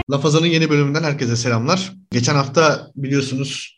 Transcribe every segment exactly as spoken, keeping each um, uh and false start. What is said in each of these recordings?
Lafazan'ın yeni bölümünden herkese selamlar. Geçen hafta biliyorsunuz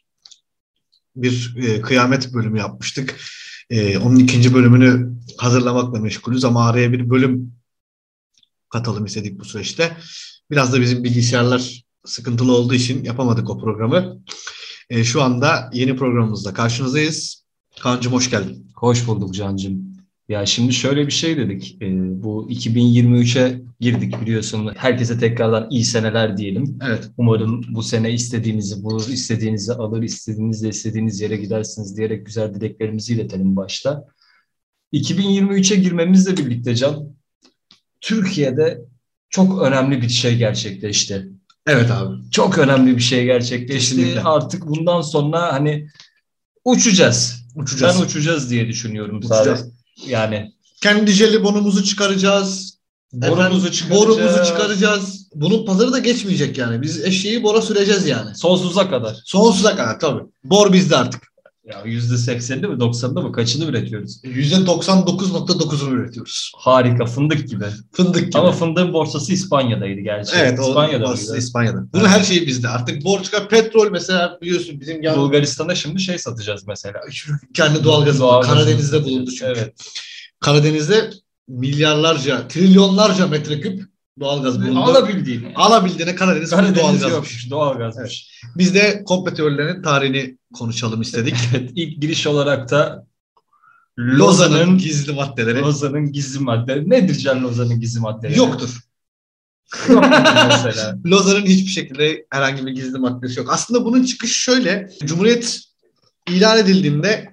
bir e, kıyamet bölümü yapmıştık. E, onun ikinci bölümünü hazırlamakla meşgulüz ama araya bir bölüm katalım istedik bu süreçte. Biraz da bizim bilgisayarlar sıkıntılı olduğu için yapamadık o programı. E, şu anda yeni programımızda karşınızdayız. Kaan'cığım hoş geldin. Hoş bulduk Cancığım. Ya şimdi şöyle bir şey dedik. E, bu iki bin yirmi üçe girdik biliyorsun. Herkese tekrardan iyi seneler diyelim. Evet. Umarım bu sene istediğinizi bulur, istediğinizi alır, istediğinizle istediğiniz yere gidersiniz diyerek güzel dileklerimizi iletelim başta. iki bin yirmi üçe girmemizle birlikte Can, Türkiye'de çok önemli bir şey gerçekleşti. Evet abi. Çok önemli bir şey gerçekleşti. Kesinlikle. Artık bundan sonra hani uçacağız. Uçacağız. Ben uçacağız diye düşünüyorum Uçacağız. sadece. Yani kendi jelibonumuzu çıkaracağız. borumuzu çıkaracağız. Borumuzu çıkaracağız. Bunun pazarı da geçmeyecek yani. Biz eşeği bora süreceğiz yani. Sonsuza kadar. Sonsuza kadar tabii. Bor bizde artık. Ya yüzde seksenini mi doksanını mı kaçını üretiyoruz? yüzde doksan dokuz nokta dokuzunu üretiyoruz. Harika, fındık gibi. Fındık gibi. Ama fındığın borsası İspanya'daydı gerçi. Evet, o İspanya'da borsası mıydı? İspanya'da. Bunun Evet. her şeyi bizde. Artık borç çıkar. Petrol mesela biliyorsun bizim yan... Bulgaristan'a şimdi şey satacağız mesela. kendi doğalgazı Doğal var. Karadeniz'de gazını bulundu satacağız. çünkü. Evet. Karadeniz'de milyarlarca, trilyonlarca metreküp doğalgaz bulundu. Alabildiğini. Alabildiğine Karadeniz, Karadeniz doğalgazmış. yokmuş, doğalgazmış. Evet. Biz de komplo teorilerinin tarihini konuşalım istedik. Evet, ilk giriş olarak da Lozan'ın Lozan'ın gizli maddeleri. Lozan'ın gizli maddeleri. Nedir Can Lozan'ın gizli maddeleri? Yoktur. Yok mesela. Lozan'ın hiçbir şekilde herhangi bir gizli maddesi yok. Aslında bunun çıkışı şöyle. Cumhuriyet ilan edildiğinde,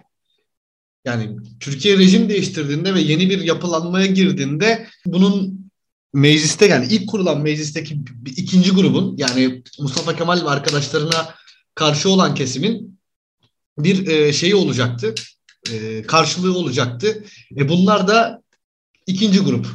yani Türkiye rejim değiştirdiğinde ve yeni bir yapılanmaya girdiğinde bunun mecliste, yani ilk kurulan meclisteki ikinci grubun, yani Mustafa Kemal ve arkadaşlarına karşı olan kesimin bir e, şeyi olacaktı. E, karşılığı olacaktı. E, bunlar da ikinci grup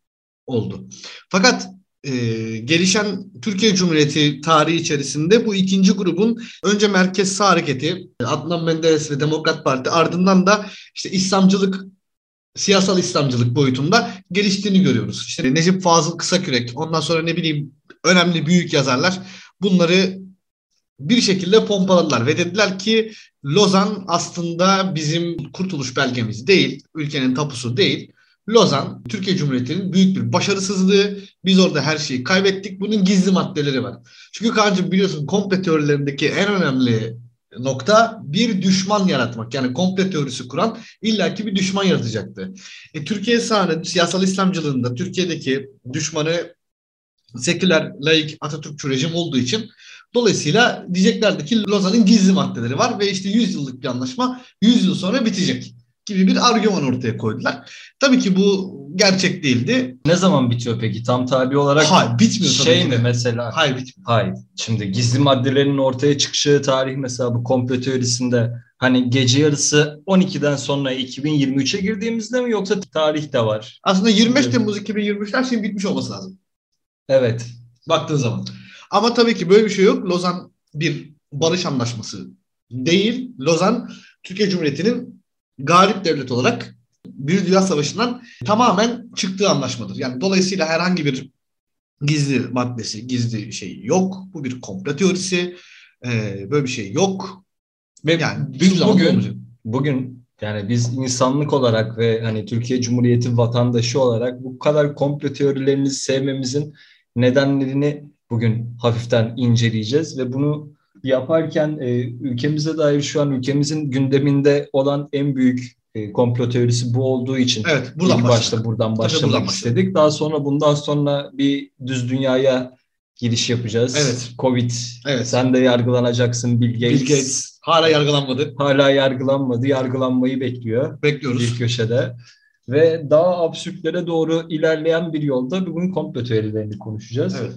oldu. Fakat e, gelişen Türkiye Cumhuriyeti tarihi içerisinde bu ikinci grubun önce Merkez Sağ Hareketi, Adnan Menderes ve Demokrat Parti, ardından da işte İslamcılık, siyasal İslamcılık boyutunda geliştiğini görüyoruz. İşte Necip Fazıl Kısakürek, ondan sonra ne bileyim önemli büyük yazarlar bunları bir şekilde pompaladılar ve dediler ki Lozan aslında bizim kurtuluş belgemiz değil, ülkenin tapusu değil. Lozan, Türkiye Cumhuriyeti'nin büyük bir başarısızlığı. Biz orada her şeyi kaybettik. Bunun gizli maddeleri var. Çünkü Kaan'cığım biliyorsun komplo teorilerindeki en önemli nokta bir düşman yaratmak. Yani komplo teorisi kuran illaki bir düşman yaratacaktı. E, Türkiye sahne, siyasal İslamcılığında Türkiye'deki düşmanı seküler, laik, Atatürkçü rejim olduğu için dolayısıyla diyeceklerdi ki Lozan'ın gizli maddeleri var ve işte yüz yıllık bir anlaşma yüz yıl sonra bitecek gibi bir argüman ortaya koydular. Tabii ki bu gerçek değildi. Ne zaman bitiyor peki? Tam tarihi olarak Hayır, bitmiyor tabii şey ki mi de. mesela? Hayır, bitmiyor. Hayır. Şimdi gizli maddelerin ortaya çıkışı tarih mesela bu komplo teorisinde hani gece yarısı on ikiden sonra iki bin yirmi üçe girdiğimizde mi yoksa tarih de var? Aslında yirmi beş Temmuz iki bin yirmi üçler şimdi bitmiş olması lazım. Evet. Baktığın zaman. Ama tabii ki böyle bir şey yok. Lozan bir barış anlaşması değil. Lozan, Türkiye Cumhuriyeti'nin galip devlet olarak Birinci Dünya Savaşı'ndan tamamen çıktığı anlaşmadır. Yani dolayısıyla herhangi bir gizli maddesi, gizli şey yok. Bu bir komplo teorisi. Ee, böyle bir şey yok. Ve Yani biz zaman olmayacak. bugün bugün yani biz insanlık olarak ve hani Türkiye Cumhuriyeti vatandaşı olarak bu kadar komplo teorilerini sevmemizin nedenlerini bugün hafiften inceleyeceğiz ve bunu yaparken e, ülkemize dair şu an ülkemizin gündeminde olan en büyük e, komplo teorisi bu olduğu için Evet, buradan ilk başladık. başta buradan başlamak buradan istedik. Daha sonra bundan sonra bir düz dünyaya giriş yapacağız. Evet. Covid. Evet. Sen de yargılanacaksın Bill Gates. Bill Gates hala yargılanmadı. Hala yargılanmadı. Yargılanmayı bekliyor. Bekliyoruz. Bir köşede. Ve daha absürtlere doğru ilerleyen bir yolda bugün komplo teorilerini konuşacağız. Evet.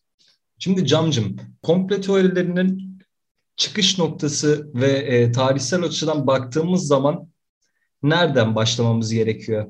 Şimdi Camcım, komplo teorilerinin çıkış noktası ve e, tarihsel açıdan baktığımız zaman nereden başlamamız gerekiyor?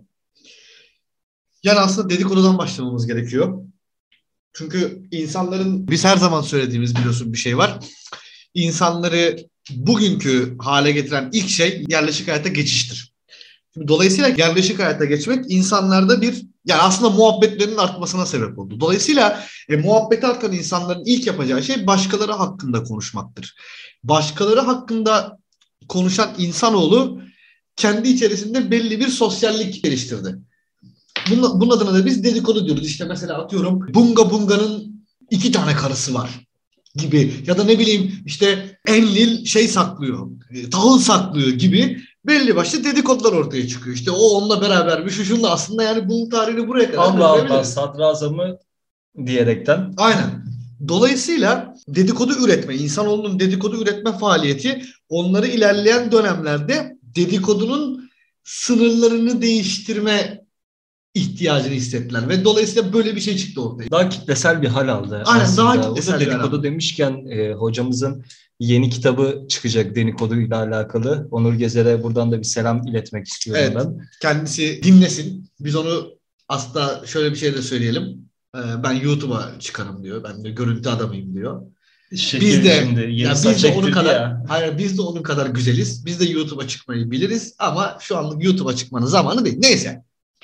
Yani aslında dedikodudan başlamamız gerekiyor. Çünkü insanların, biz her zaman söylediğimiz biliyorsun bir şey var. İnsanları bugünkü hale getiren ilk şey yerleşik hayata geçiştir. Şimdi dolayısıyla yerleşik hayata geçmek insanlarda bir, yani aslında muhabbetlerin artmasına sebep oldu. Dolayısıyla e, muhabbeti artan insanların ilk yapacağı şey başkaları hakkında konuşmaktır. Başkaları hakkında konuşan insanoğlu kendi içerisinde belli bir sosyallik geliştirdi. Bunun, bunun adına da biz dedikodu diyoruz. İşte mesela atıyorum Bunga Bunga'nın iki tane karısı var gibi, ya da ne bileyim işte Enlil şey saklıyor, e, tahıl saklıyor gibi belli başlı dedikodular ortaya çıkıyor. İşte o onunla berabermiş, şu şunla, aslında yani bunun tarihini buraya kadar Allah Allah götürebiliriz. sadrazamı diyerekten. Aynen. Dolayısıyla dedikodu üretme, insanoğlunun dedikodu üretme faaliyeti onları ilerleyen dönemlerde dedikodunun sınırlarını değiştirme ihtiyacını hissettiler ve dolayısıyla böyle bir şey çıktı ortaya. Daha kitlesel bir hal aldı Aynen, aslında. daha O kitlesel da bir hal dedikodu aldı. demişken e, hocamızın yeni kitabı çıkacak dedikodu ile alakalı. Onur Gezer'e buradan da bir selam iletmek istiyorum Evet, ben. kendisi dinlesin. Biz onu aslında şöyle bir şey de söyleyelim. Ee, ben YouTube'a çıkarım diyor. Ben de görüntü adamıyım diyor. Şekil Biz de şimdi yeni ya saç biz de onun ektirdi kadar ya. hayır biz de onun kadar güzeliz. Biz de YouTube'a çıkmayı biliriz ama şu anlık YouTube'a çıkmanın zamanı değil. Neyse.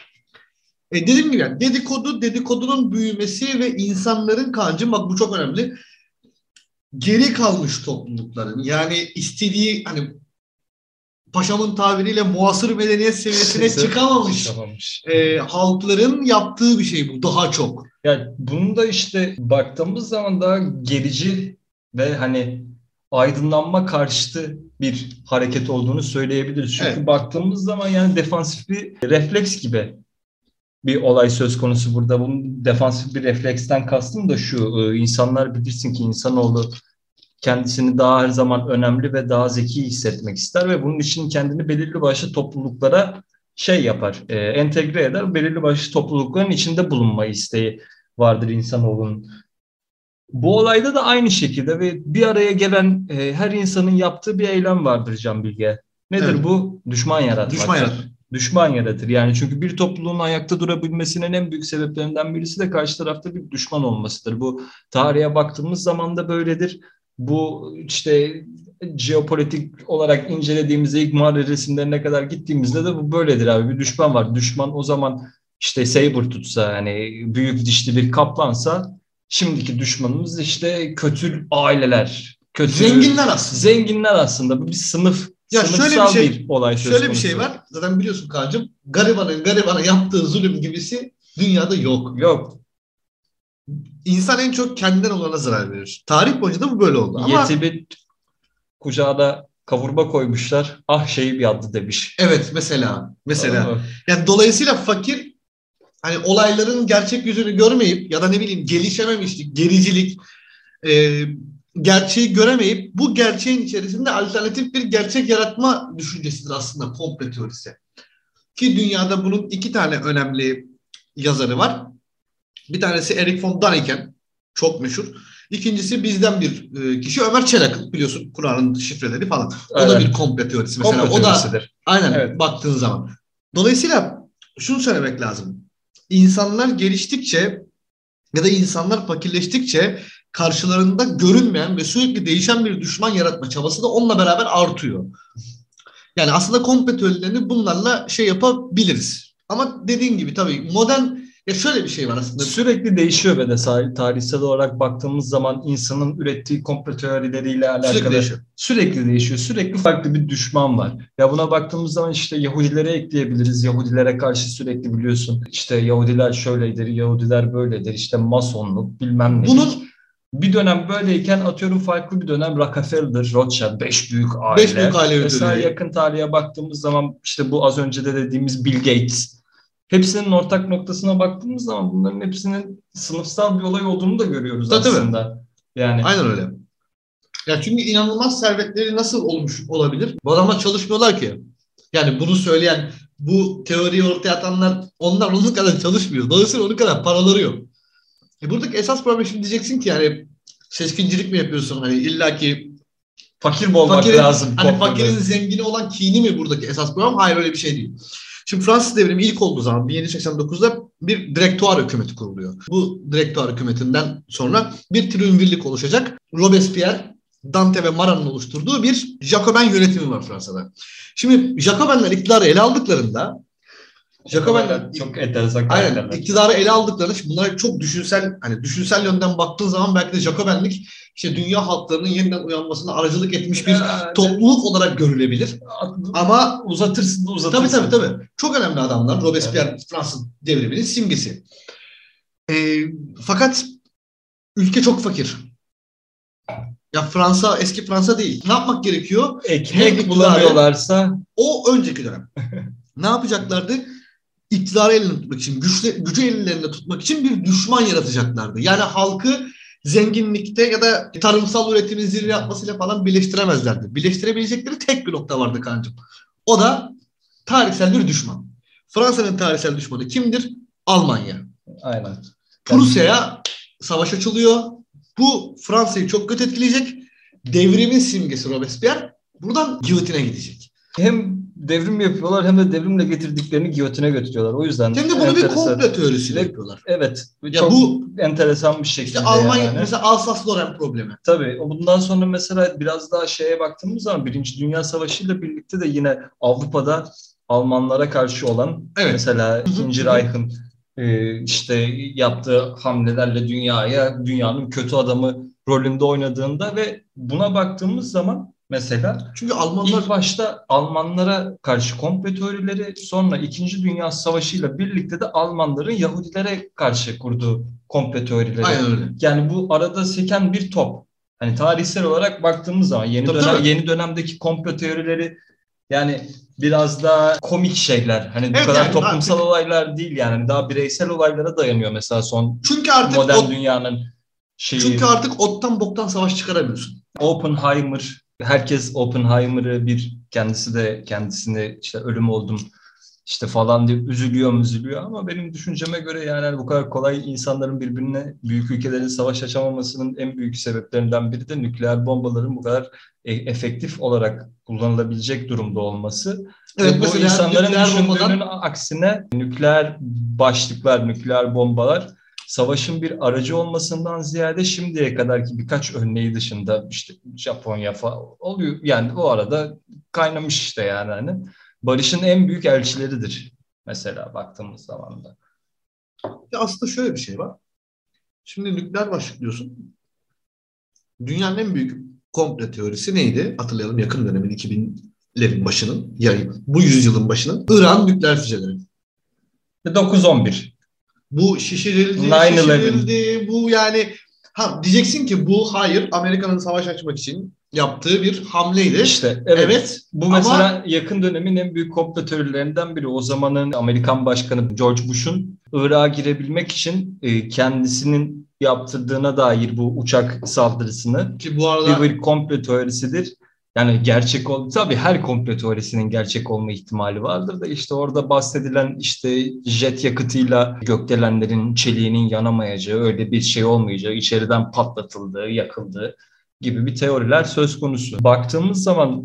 E dediğim gibi yani dedikodu, dedikodunun büyümesi ve insanların kancı, bak bu çok önemli. Geri kalmış toplulukların, yani istediği, hani paşamın tabiriyle muasır medeniyet seviyesine çıkamamış Çıkamamış. e, halkların yaptığı bir şey bu daha çok. Yani bunun da işte baktığımız zaman daha gerici ve hani aydınlanma karşıtı bir hareket olduğunu söyleyebiliriz. Çünkü Evet. baktığımız zaman yani defansif bir refleks gibi bir olay söz konusu burada. Bunun defansif bir refleksten kastım da şu: insanlar, bilirsin ki insanoğlu kendisini daha her zaman önemli ve daha zeki hissetmek ister ve bunun için kendini belirli başlı topluluklara şey yapar, e, entegre eder. Belirli başlı toplulukların içinde bulunma isteği vardır insanoğlunun. Bu olayda da aynı şekilde ve bir araya gelen e, her insanın yaptığı bir eylem vardır Can Bilge. Nedir Evet. bu? Düşman yaratmaktır. Düşman yaratır. Düşman yaratır. Yani çünkü bir topluluğun ayakta durabilmesinin en büyük sebeplerinden birisi de karşı tarafta bir düşman olmasıdır. Bu tarihe baktığımız zaman da böyledir. Bu işte jeopolitik olarak incelediğimizde ilk mağara resimlerine kadar gittiğimizde de bu böyledir abi. Bir düşman var. Düşman o zaman işte saber tutsa, hani büyük dişli bir kaplansa, şimdiki düşmanımız işte kötü aileler, kötü Zenginler aslında. Zenginler aslında. Bu bir sınıf, Ya sınıfsal şöyle bir şey, bir olay söz şöyle bir konusu. şey var. Zaten biliyorsun Kaan'cığım, garibanın garibana yaptığı zulüm gibisi dünyada yok. Yok. İnsan en çok kendinden olana zarar verir. Tarih boyunca da bu böyle oldu. Ama Yetimi kucağına kavurma koymuşlar. Ah şeyi bir adı demiş. evet, mesela mesela Anladın mı? yani dolayısıyla fakir, hani olayların gerçek yüzünü görmeyip ya da ne bileyim gelişememişlik, gericilik, e, gerçeği göremeyip bu gerçeğin içerisinde alternatif bir gerçek yaratma düşüncesidir aslında komple teorisi. Ki dünyada bunun iki tane önemli yazarı var. Bir tanesi Erich von Däniken, çok meşhur. İkincisi bizden bir e, kişi Ömer Çelakıl, biliyorsun Kur'an'ın şifreleri falan. O Evet. da bir komple teorisi mesela. Komplo O da teorisidir. aynen, Evet. baktığın zaman. Dolayısıyla şunu söylemek lazım. İnsanlar geliştikçe ya da insanlar fakirleştikçe karşılarında görünmeyen ve sürekli değişen bir düşman yaratma çabası da onunla beraber artıyor. Yani aslında komple teorilerini bunlarla şey yapabiliriz. Ama dediğin gibi tabii modern, ya şöyle bir şey var aslında. Sürekli değişiyor ve de tarihsel olarak baktığımız zaman insanın ürettiği komplo teorileriyle alakalı Sürekli değişiyor. Sürekli değişiyor. Sürekli farklı bir düşman var. Ya buna baktığımız zaman işte Yahudilere ekleyebiliriz. Yahudilere karşı sürekli biliyorsun işte Yahudiler şöyledir, Yahudiler böyledir, işte masonluk bilmem ne. Bunun bir dönem böyleyken atıyorum farklı bir dönem Rockefeller, Rothschild, beş büyük aile. Beş büyük aile Mesela ödülü. yakın tarihe baktığımız zaman işte bu az önce de dediğimiz Bill Gates. Hepsinin ortak noktasına baktığımız zaman bunların hepsinin sınıfsal bir olay olduğunu da görüyoruz Tabii, aslında. tabii. Yani aynen öyle. Ya çünkü inanılmaz servetleri nasıl olmuş olabilir? Bu adamlar çalışmıyorlar ki. Yani bunu söyleyen, bu teoriyi ortaya atanlar, onlar onun kadar çalışmıyor. Dolayısıyla onun kadar paraları yok. E buradaki esas problem, şimdi diyeceksin ki yani seçkincilik mi yapıyorsun? Hani illaki fakir mi olmak fakirin, lazım? hani fakirin zengini olan kini mi buradaki esas problem? Hayır, öyle bir şey değil. Şimdi Fransız devrimi ilk olduğu zaman bin yedi yüz seksen dokuzda bir direktuar hükümeti kuruluyor. Bu direktuar hükümetinden sonra bir triumvirlik oluşacak. Robespierre, Dante ve Marat'ın oluşturduğu bir Jacoben yönetimi var Fransa'da. Şimdi Jacobenler iktidarı ele aldıklarında Jacobenler çok enteresan karakterler. Aynen, iktidarı ele aldıklarında şimdi bunlar çok düşünsel, hani düşünsel yönden baktığın zaman belki de Jacobenlik işte dünya halklarının yeniden uyanmasına aracılık etmiş bir ya, topluluk de, olarak görülebilir. Ama uzatırsın da uzatırsın. Tabii tabii tabii. Çok önemli adamlar. Robespierre evet. Fransız devriminin simgesi. E, fakat ülke çok fakir. Ya Fransa eski Fransa değil. Ne yapmak gerekiyor? Ekmek bulamıyorlarsa o önceki dönem. Ne yapacaklardı? İktidarı elinde tutmak için, güçlü, gücü ellerinde tutmak için bir düşman yaratacaklardı. Yani halkı zenginlikte ya da tarımsal üretimin zirve yapmasıyla falan birleştiremezlerdi. Birleştirebilecekleri tek bir nokta vardı kancım. O da tarihsel bir düşman. Fransa'nın tarihsel düşmanı kimdir? Almanya. Aynen. Prusya'ya savaş açılıyor. Bu Fransa'yı çok kötü etkileyecek. Devrimin simgesi Robespierre buradan giyotine gidecek. Hem devrim yapıyorlar hem de devrimle getirdiklerini giyotine götürüyorlar. O yüzden hem de bunu enteresan bir komplo teorisiyle yapıyorlar. Evet. Ya çok bu enteresan bir şekilde. İşte Almanya yani. Mesela Alsas-Lorraine problemi. Tabii. Bundan sonra mesela biraz daha şeye baktığımız zaman Birinci Dünya Savaşı ile birlikte de yine Avrupa'da Almanlara karşı olan evet. mesela İkinci Reich'ın e, işte yaptığı hamlelerle dünyaya dünyanın kötü adamı rolünde oynadığında ve buna baktığımız zaman mesela çünkü Almanlar ilk başta Almanlara karşı komplo teorileri, sonra İkinci Dünya Savaşı ile birlikte de Almanların Yahudilere karşı kurduğu komplo teorileri. Aynen öyle. Yani bu arada seken bir top. Hani tarihsel olarak baktığımız zaman yeni tabii, dönem tabii. yeni dönemdeki komplo teorileri yani biraz daha komik şeyler. Hani bu evet, kadar yani toplumsal artık, olaylar değil yani. Daha bireysel olaylara dayanıyor mesela son çünkü artık modern o, dünyanın şeyi. Çünkü artık ottan boktan savaş çıkaramıyorsun. Oppenheimer, herkes Oppenheimer'ı bir kendisi de kendisini işte ölüm oldum işte falan diye üzülüyor üzülüyor ama benim düşünceme göre yani bu kadar kolay insanların birbirine büyük ülkelerin savaş açamamasının en büyük sebeplerinden biri de nükleer bombaların bu kadar efektif olarak kullanılabilecek durumda olması. Evet, ve bu insanların düşündüğünün bombadan... aksine nükleer başlıklar, nükleer bombalar savaşın bir aracı olmasından ziyade şimdiye kadarki birkaç örneği dışında işte Japonya falan oluyor. Yani o arada kaynamış işte yani hani. Barış'ın en büyük elçileridir mesela baktığımız zaman da. Ya aslında şöyle bir şey var. Şimdi nükleer başlık diyorsun. Dünyanın en büyük komplo teorisi neydi? Hatırlayalım yakın dönemin iki binlerin başının, yani bu yüzyılın başının İran nükleer füzeleri. dokuz on bir. Bu şişirildi, şişirildi. Bu yani ha diyeceksin ki bu hayır Amerika'nın savaş açmak için yaptığı bir hamleydi. İşte evet. evet bu mesela ama... yakın dönemin en büyük komplo teorilerinden biri. O zamanın Amerikan Başkanı George Bush'un Irak'a girebilmek için kendisinin yaptırdığına dair bu uçak saldırısını ki bu arada bir komplo teorisidir. Yani gerçek ol, tabii her komplo teorisinin gerçek olma ihtimali vardır da işte orada bahsedilen işte jet yakıtıyla gökdelenlerin çeliğinin yanamayacağı, öyle bir şey olmayacağı, içeriden patlatıldığı, yakıldığı gibi bir teoriler söz konusu. Baktığımız zaman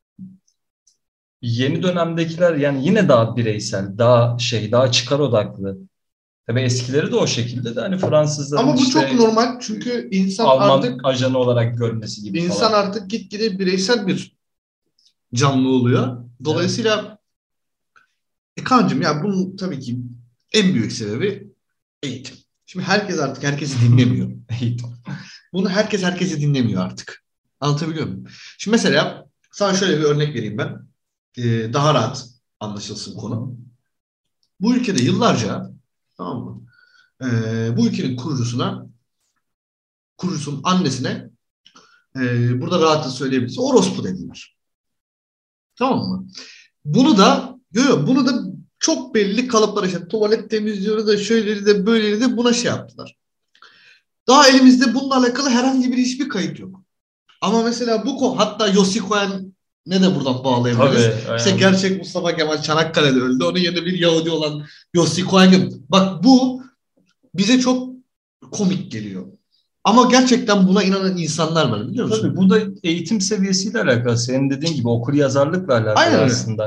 yeni dönemdekiler yani yine daha bireysel, daha şey, daha çıkar odaklı. Tabii eskileri de o şekilde de hani Fransızların ama bu işte çok normal çünkü insan Alman artık ajanı olarak görmesi gibi insan falan. artık gitgide bireysel bir canlı oluyor. Dolayısıyla evet. e kancım ya bunun tabii ki en büyük sebebi eğitim. Şimdi herkes artık herkesi dinlemiyor. Eğitim. Bunu herkes herkesi dinlemiyor artık. Anlatabiliyor muyum? Şimdi mesela sana şöyle bir örnek vereyim ben. Ee, daha rahat anlaşılsın konu. Bu ülkede yıllarca tamam mı? Ee, bu ülkenin kurucusuna kurucusunun annesine e, burada rahatlıkla söyleyebiliriz. Orospu dediler. Tamam mı? Bunu da görüyor bunu da çok belli kalıplar işte tuvalet temizliyoruz da şöyleri de böyleleri de buna şey yaptılar. Daha elimizde bununla alakalı herhangi bir hiçbir kayıt yok. Ama mesela bu konu hatta Yossi Cohen ne de buradan bağlayabiliriz. Tabii, işte gerçek Mustafa Kemal Çanakkale'de öldü. Onun yerine bir Yahudi olan Yossi Cohen. Bak bu bize çok komik geliyor. Ama gerçekten buna inanan insanlar var biliyor musun? Tabii bu da eğitim seviyesiyle alakalı. Senin dediğin gibi okur yazarlıkla alakalı aynen aslında. Öyle.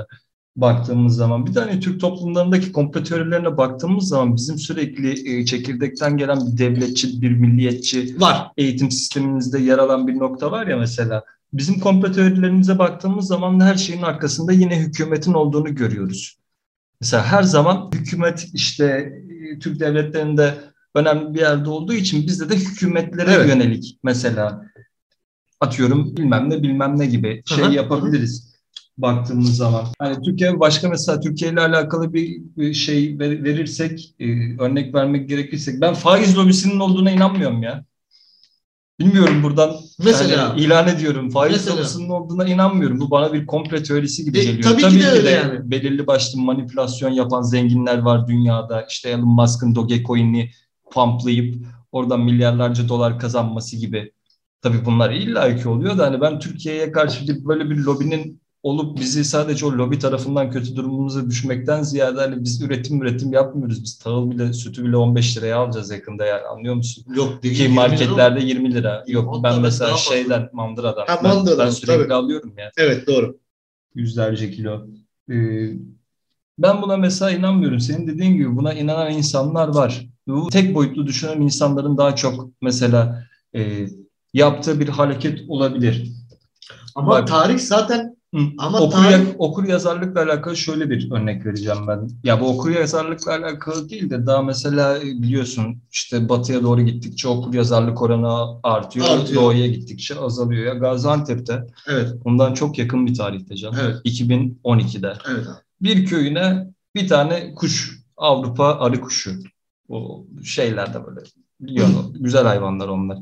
baktığımız zaman. Bir de hani Türk toplumlarındaki komplo teorilerine baktığımız zaman bizim sürekli e, çekirdekten gelen bir devletçi, bir milliyetçi Var. eğitim sistemimizde yer alan bir nokta var ya mesela. Bizim komplo teorilerimize baktığımız zaman her şeyin arkasında yine hükümetin olduğunu görüyoruz. Mesela her zaman hükümet işte e, Türk devletlerinde önemli bir yerde olduğu için bizde de hükümetlere Evet. yönelik mesela atıyorum bilmem ne bilmem ne gibi şey Hı hı. yapabiliriz baktığımız zaman. Hani Türkiye başka mesela Türkiye ile alakalı bir, bir şey ver- verirsek e, örnek vermek gerekirsek ben faiz lobisinin olduğuna inanmıyorum ya. Bilmiyorum buradan Mesela yani ilan ediyorum. Faiz mesela lobisinin olduğuna inanmıyorum. Bu bana bir komplo teorisi gibi e, geliyor. tabii ki Tabii de ki öyle de yani. belirli başlı manipülasyon yapan zenginler var dünyada. İşte Elon Musk'ın Dogecoin'i pumplayıp oradan milyarlarca dolar kazanması gibi. Tabii bunlar illaki oluyor da hani ben Türkiye'ye karşı bir, böyle bir lobinin olup bizi sadece o lobi tarafından kötü durumumuza düşmekten ziyade hani biz üretim üretim yapmıyoruz. Biz tahıl bile sütü bile on beş liraya alacağız yakında yani anlıyor musun? Yok değil, Ki yirmi lira mı? marketlerde yirmi lira. Yok ben Hatta belki mesela daha fazla. şeyden Mandıra'dan Ha, ben, ben mandıradan sürekli tabii. alıyorum ya Evet, doğru. yüzlerce kilo. Ee, ben buna mesela inanmıyorum. Senin dediğin gibi buna inanan insanlar var. Bu tek boyutlu düşünen insanların daha çok mesela e, yaptığı bir hareket olabilir. Ama Bak tarih zaten hı, ama okur, tarih ya- okur yazarlıkla alakalı şöyle bir örnek vereceğim ben. Ya bu okur yazarlıkla alakalı değil de daha mesela e, biliyorsun işte batıya doğru gittikçe okur yazarlık oranı artıyor, artıyor. doğuya gittikçe azalıyor. Ya Gaziantep'te Evet. bundan çok yakın bir tarihte canım. Evet. iki bin on ikide. Evet abi. Bir köyüne bir tane kuş, Avrupa arı kuşu. O şeyler de böyle biliyorsun, güzel hayvanlar onlar.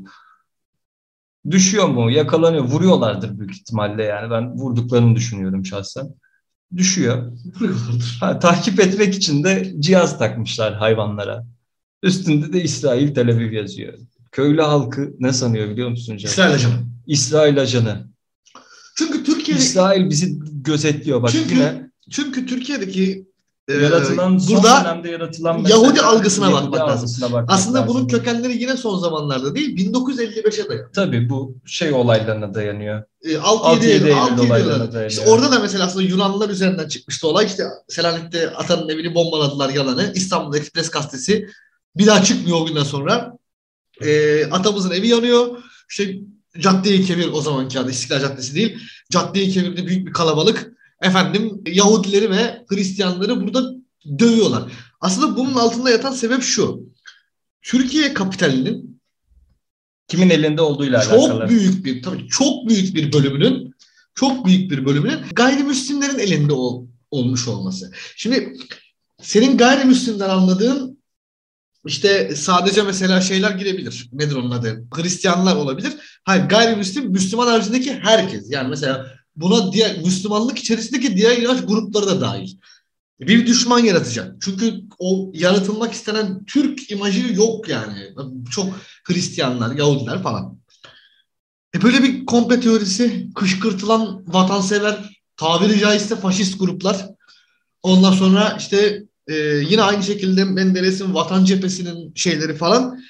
Düşüyor mu? Yakalanıyor. Vuruyorlardır büyük ihtimalle yani. Ben vurduklarını düşünüyorum şahsen. Düşüyor. Vuruyorlardır. Ha, takip etmek için de cihaz takmışlar hayvanlara. Üstünde de İsrail Tel Aviv yazıyor. Köylü halkı ne sanıyor biliyor musun canım? İsrail ajanı. İsrail ajanı. Çünkü Türkiye'deki İsrail bizi gözetliyor. Bak çünkü yine çünkü Türkiye'deki e, yaratılan son burada dönemde yaratılan Yahudi mesela algısına Yahudi bakmak lazım. algısına bakmak Aslında bunun lazım. kökenleri yine son zamanlarda değil, bin dokuz yüz elli beşe dayanıyor. Tabii bu şey olaylarına dayanıyor. E, altı yedi altı yedi Eylül, Eylül altı yedi Eylül. olaylarına İşte dayanıyor. orada da mesela aslında Yunanlılar üzerinden çıkmıştı olay. İşte Selanik'te Atan'ın evini bombaladılar, yalanı. İstanbul Ekspres gazetesi bir daha çıkmıyor o günden sonra. E, atamızın evi yanıyor. İşte Cadde-i Kebir, o zamanki adı İstiklal Caddesi değil. Cadde-i Kebir'de büyük bir kalabalık. Efendim Yahudileri ve Hristiyanları burada dövüyorlar. Aslında bunun altında yatan sebep şu. Türkiye kapitalinin Kimin elinde olduğuyla çok alakalı. büyük bir, tabii çok büyük bir bölümünün çok büyük bir bölümünün gayrimüslimlerin elinde ol, olmuş olması. Şimdi senin gayrimüslimden anladığın işte sadece mesela şeyler girebilir. Nedir onun adı? Hristiyanlar olabilir. Hayır, gayrimüslim Müslüman haricindeki herkes. Yani mesela buna diğer Müslümanlık içerisindeki diğer inanç grupları da dahil. Bir düşman yaratacak. Çünkü o yaratılmak istenen Türk imajı yok yani. Çok Hristiyanlar, Yahudiler falan. E böyle bir komple teorisi, kışkırtılan vatansever, tabiri caizse faşist gruplar. Ondan sonra işte e, yine aynı şekilde Menderes'in Vatan Cephesi'nin şeyleri falan.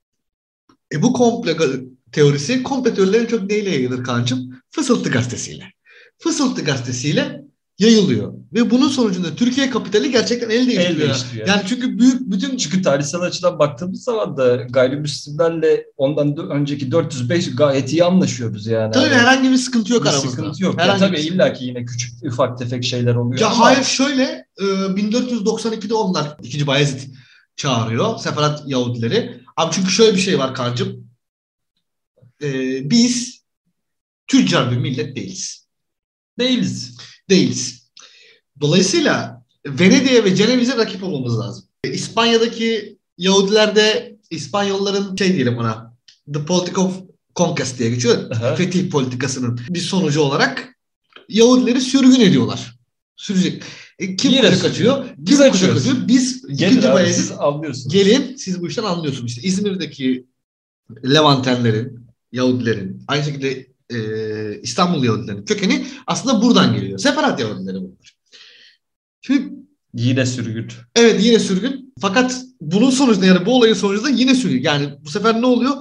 E bu komple teorisi, komple teorilerin çok neyle yayılır kancım? Fısıltı gazetesiyle. Fısıltı gazetesiyle yayılıyor. Ve bunun sonucunda Türkiye kapitali gerçekten el El değiştiriyor. değiştiriyor. Yani çünkü büyük bütün... Çünkü tarihsel açıdan baktığımız zaman da gayrimüslimlerle ondan dö- önceki dört yüz beş gayet iyi anlaşıyoruz yani. Tabii Hani herhangi bir sıkıntı yok bir aramızda. sıkıntı yok. Ya Herhangi tabii bir sıkıntı yok. illaki yine küçük ufak tefek şeyler oluyor Ya hayır, ama şöyle e, bin dört yüz doksan ikide onlar ikinci Bayezid çağırıyor. Seferat Yahudileri. Abi çünkü şöyle bir şey var kancım. E, biz tüccar bir millet değiliz. değiliz. Değiliz. Dolayısıyla Venedik'e ve Ceneviz'e rakip olmamız lazım. E, İspanya'daki Yahudiler de İspanyolların şey diyelim ona The Politic of Conquest diye geçiyor. Aha. Fetih politikasının bir sonucu olarak Yahudileri sürgün ediyorlar. Sürecek. E, kim Yine kuşak sürüyor. açıyor? Biz Kim kuşak açıyoruz. açıyor? Biz Gelin ikinci abi Bayezid siz anlıyorsunuz. gelin, siz bu işten anlıyorsunuz. İşte İzmir'deki Levantenlerin, Yahudilerin, aynı şekilde e, İstanbul Yahudilerin kökeni aslında buradan geliyor. Seferat Yahudileri bunlar. Şimdi Yine sürgün. evet, yine sürgün. Fakat bunun sonucunda, yani bu olayın sonucunda yine sürgün. Yani bu sefer ne oluyor?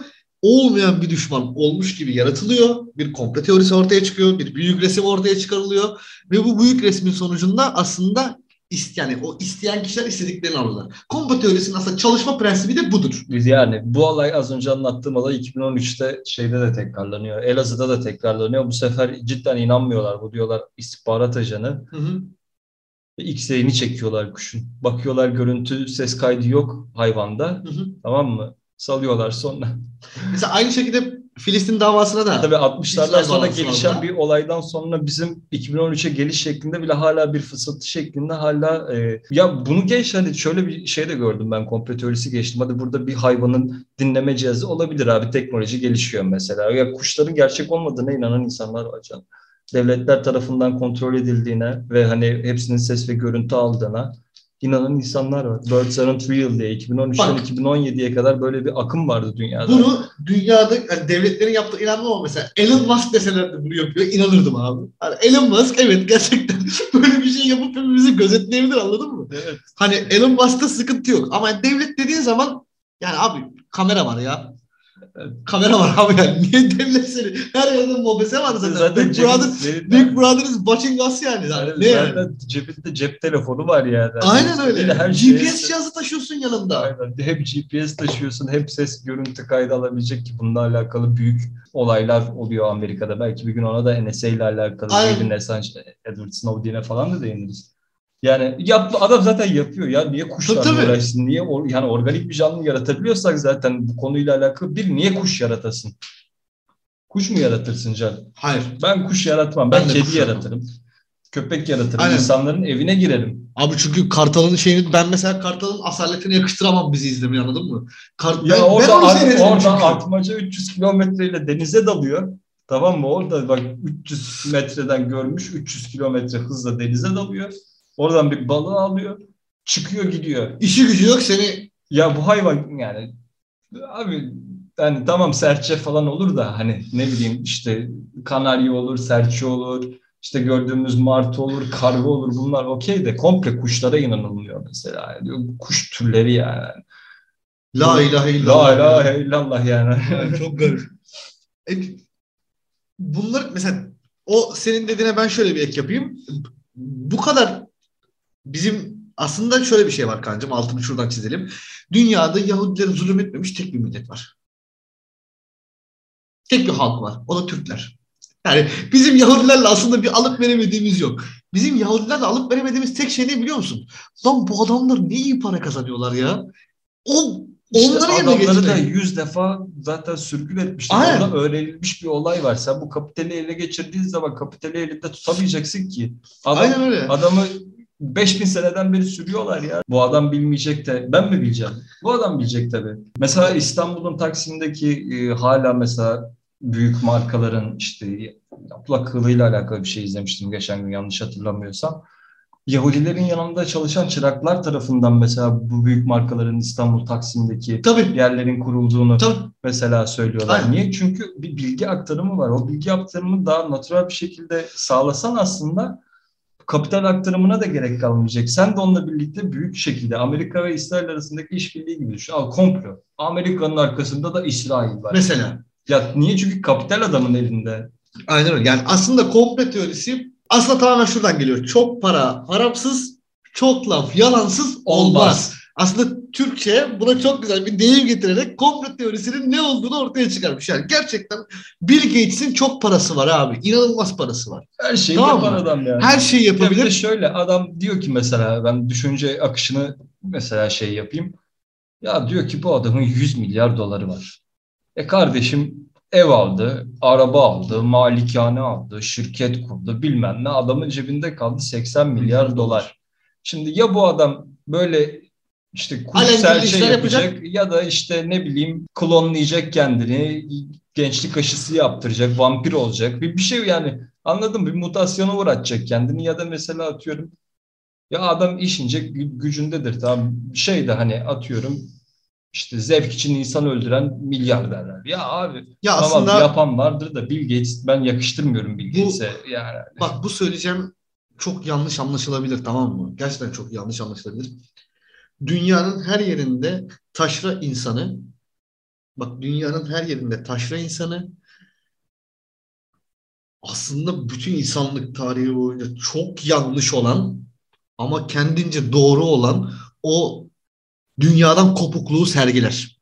olmayan bir düşman olmuş gibi yaratılıyor. Bir komplo teorisi ortaya çıkıyor. Bir büyük resim ortaya çıkarılıyor. Ve bu büyük resmin sonucunda aslında ist yani o isteyen kişiler istediklerini alıyorlar. Komplo teorisinin aslında çalışma prensibi de budur. Yani bu olay, az önce anlattığım olay iki bin on üçte şeyde de tekrarlanıyor. Elazığ'da da tekrarlanıyor. Bu sefer cidden inanmıyorlar. Bu diyorlar istihbarat ajanı. Hı hı. X-ray'ini çekiyorlar kuşun. Bakıyorlar görüntü ses kaydı yok hayvanda. Hı hı. Tamam mı? Salıyorlar sonra. Mesela aynı şekilde Filistin davasına da Tabii altmışlardan İsrail sonra davasına gelişen da. bir olaydan sonra bizim iki bin on üçe geliş şeklinde bile hala bir fısıltı şeklinde hala e, ya bunu geç, hani şöyle bir şey de gördüm ben, komplo teorisi geçtim. Hadi burada bir hayvanın dinleme cihazı olabilir abi, teknoloji gelişiyor mesela. Ya kuşların gerçek olmadığına inanan insanlar var canım. Devletler tarafından kontrol edildiğine ve hani hepsinin ses ve görüntü aldığına inanan insanlar var. Birds aren't real diye iki bin on üçten Bak, iki bin on yediye kadar böyle bir akım vardı dünyada. bunu dünyada yani devletlerin yaptığı inanmam ama mesela Elon Musk deseler de bunu yapıyor, inanırdım abi. Yani Elon Musk evet gerçekten böyle bir şey yapıp hepimizi gözetleyebilir, anladın mı? Evet. Hani Elon Musk'ta sıkıntı yok ama devlet dediğin zaman yani abi kamera var ya. Kamera var abi yani. Niye devlet seni? Her yerde mobese var zaten. Zaten Big Brother, cebinde- Big Brother is watching us yani. Zaten. Yani Ne yani? zaten cebinde cep telefonu var yani. Aynen öyle. İstediğin her G şeye- P S cihazı taşıyorsun yanında. Aynen. Hem G P S taşıyorsun, hem ses görüntü kaydı alabilecek, ki bununla alakalı büyük olaylar oluyor Amerika'da. Belki bir gün ona da N S A ile alakalı, Aynen. Julian Assange, Edward Snowden'e falan da değiniriz. Yani yap, adam zaten yapıyor ya. Niye kuşlarla Tabii, tabii. uğraşsın? Niye or, yani organik bir canlı yaratabiliyorsak zaten bu konuyla alakalı, bir niye kuş yaratasın? Kuş mu yaratırsın Can? Hayır. Ben kuş yaratmam. Ben, Ben de kedi kuş yaratırım. Köpek yaratırım. Aynen. İnsanların evine girerim. Abi çünkü Kartal'ın şeyini ben mesela Kartal'ın asaletini yakıştıramam bizi izlemeye, anladın mı? Kar, Ya ben, orada ben onu at- seyrederim orada çünkü. atmaca üç yüz kilometreyle denize dalıyor. Tamam mı? Orada bak üç yüz metreden görmüş, üç yüz kilometre hızla denize dalıyor. Oradan bir balığı alıyor. Çıkıyor gidiyor. İşi gücü yok seni. Ya bu hayvan yani abi, yani tamam serçe falan olur da hani ne bileyim işte kanarya olur, serçe olur, işte gördüğümüz martı olur, karga olur, bunlar okey de komple kuşlara inanılmıyor mesela. Yani kuş türleri yani. La ilahe La illallah. ilahe illallah yani. Yani çok garip. E, bunlar mesela o senin dediğine ben şöyle bir ek yapayım. Bu kadar bizim aslında şöyle bir şey var kancım, altını şuradan çizelim. Dünyada Yahudilere zulüm etmemiş tek bir millet var. Tek bir halk var. O da Türkler. Yani bizim Yahudilerle aslında bir alıp veremediğimiz yok. Bizim Yahudilerle alıp veremediğimiz tek şey ne biliyor musun? Lan bu adamlar ne iyi para kazanıyorlar ya. O İşte onları yerine adamları da geçmek. yüz defa zaten sürgün etmişler. Aynen. Orada öğrenilmiş bir olay var. Sen bu kapitali ele geçirdiğin zaman kapitali elinde tutamayacaksın ki. Adam, Aynen öyle. Adamı beş bin seneden beri sürüyorlar ya. Bu adam bilmeyecek de ben mi bileceğim? Bu adam bilecek tabii. Mesela İstanbul'un Taksim'deki e, hala mesela büyük markaların işte yapıla kılığıyla alakalı bir şey izlemiştim geçen gün, yanlış hatırlamıyorsam. Yahudilerin yanında çalışan çıraklar tarafından mesela bu büyük markaların İstanbul Taksim'deki Tabii. yerlerin kurulduğunu Tabii. mesela söylüyorlar. Aynen. Niye? Çünkü bir bilgi aktarımı var. O bilgi aktarımını daha natural bir şekilde sağlasan aslında kapital aktarımına da gerek kalmayacak. Sen de onunla birlikte büyük şekilde Amerika ve İsrail arasındaki işbirliği gibi düşün. Al komplo. Amerika'nın arkasında da İsrail var. Mesela. Ya niye? Çünkü kapital adamın elinde. Aynen öyle. Yani aslında komplo teorisi aslında tamamen şuradan geliyor. Çok para haramsız, çok laf yalansız olmaz. Olmaz. Aslında Türkçe buna çok güzel bir deyim getirerek komplo teorisinin ne olduğunu ortaya çıkarmış. Yani gerçekten Bill Gates'in çok parası var abi. İnanılmaz parası var. Her şeyi Tamam yapan mı? adam yani. Her şeyi Ya bir de yapabilir. şöyle adam diyor ki mesela, ben düşünce akışını mesela şey yapayım. Ya diyor ki bu adamın yüz milyar doları var. E kardeşim ev aldı, araba aldı, malikane aldı, şirket kurdu, bilmem ne, adamın cebinde kaldı seksen milyar dolar. Şimdi ya bu adam böyle işte kuş Alengirli serçe işler yapacak, yapacak. ya da işte ne bileyim klonlayacak kendini, gençlik aşısı yaptıracak, vampir olacak. Bir, bir şey yani, anladın mı? Bir mutasyona uğratacak kendini, ya da mesela atıyorum ya adam işince gü- gücündedir, tamam, şey de hani atıyorum işte zevk için insan öldüren milyarderler. Ya abi Ya tamam aslında yapan vardır da Bill Gates, ben yakıştırmıyorum Bill bu Gates'e yani. bak bu söyleyeceğim çok yanlış anlaşılabilir, tamam mı? Gerçekten çok yanlış anlaşılabilir. Dünyanın her yerinde taşra insanı Bak dünyanın her yerinde taşra insanı aslında bütün insanlık tarihi boyunca çok yanlış olan ama kendince doğru olan o dünyadan kopukluğu sergiler.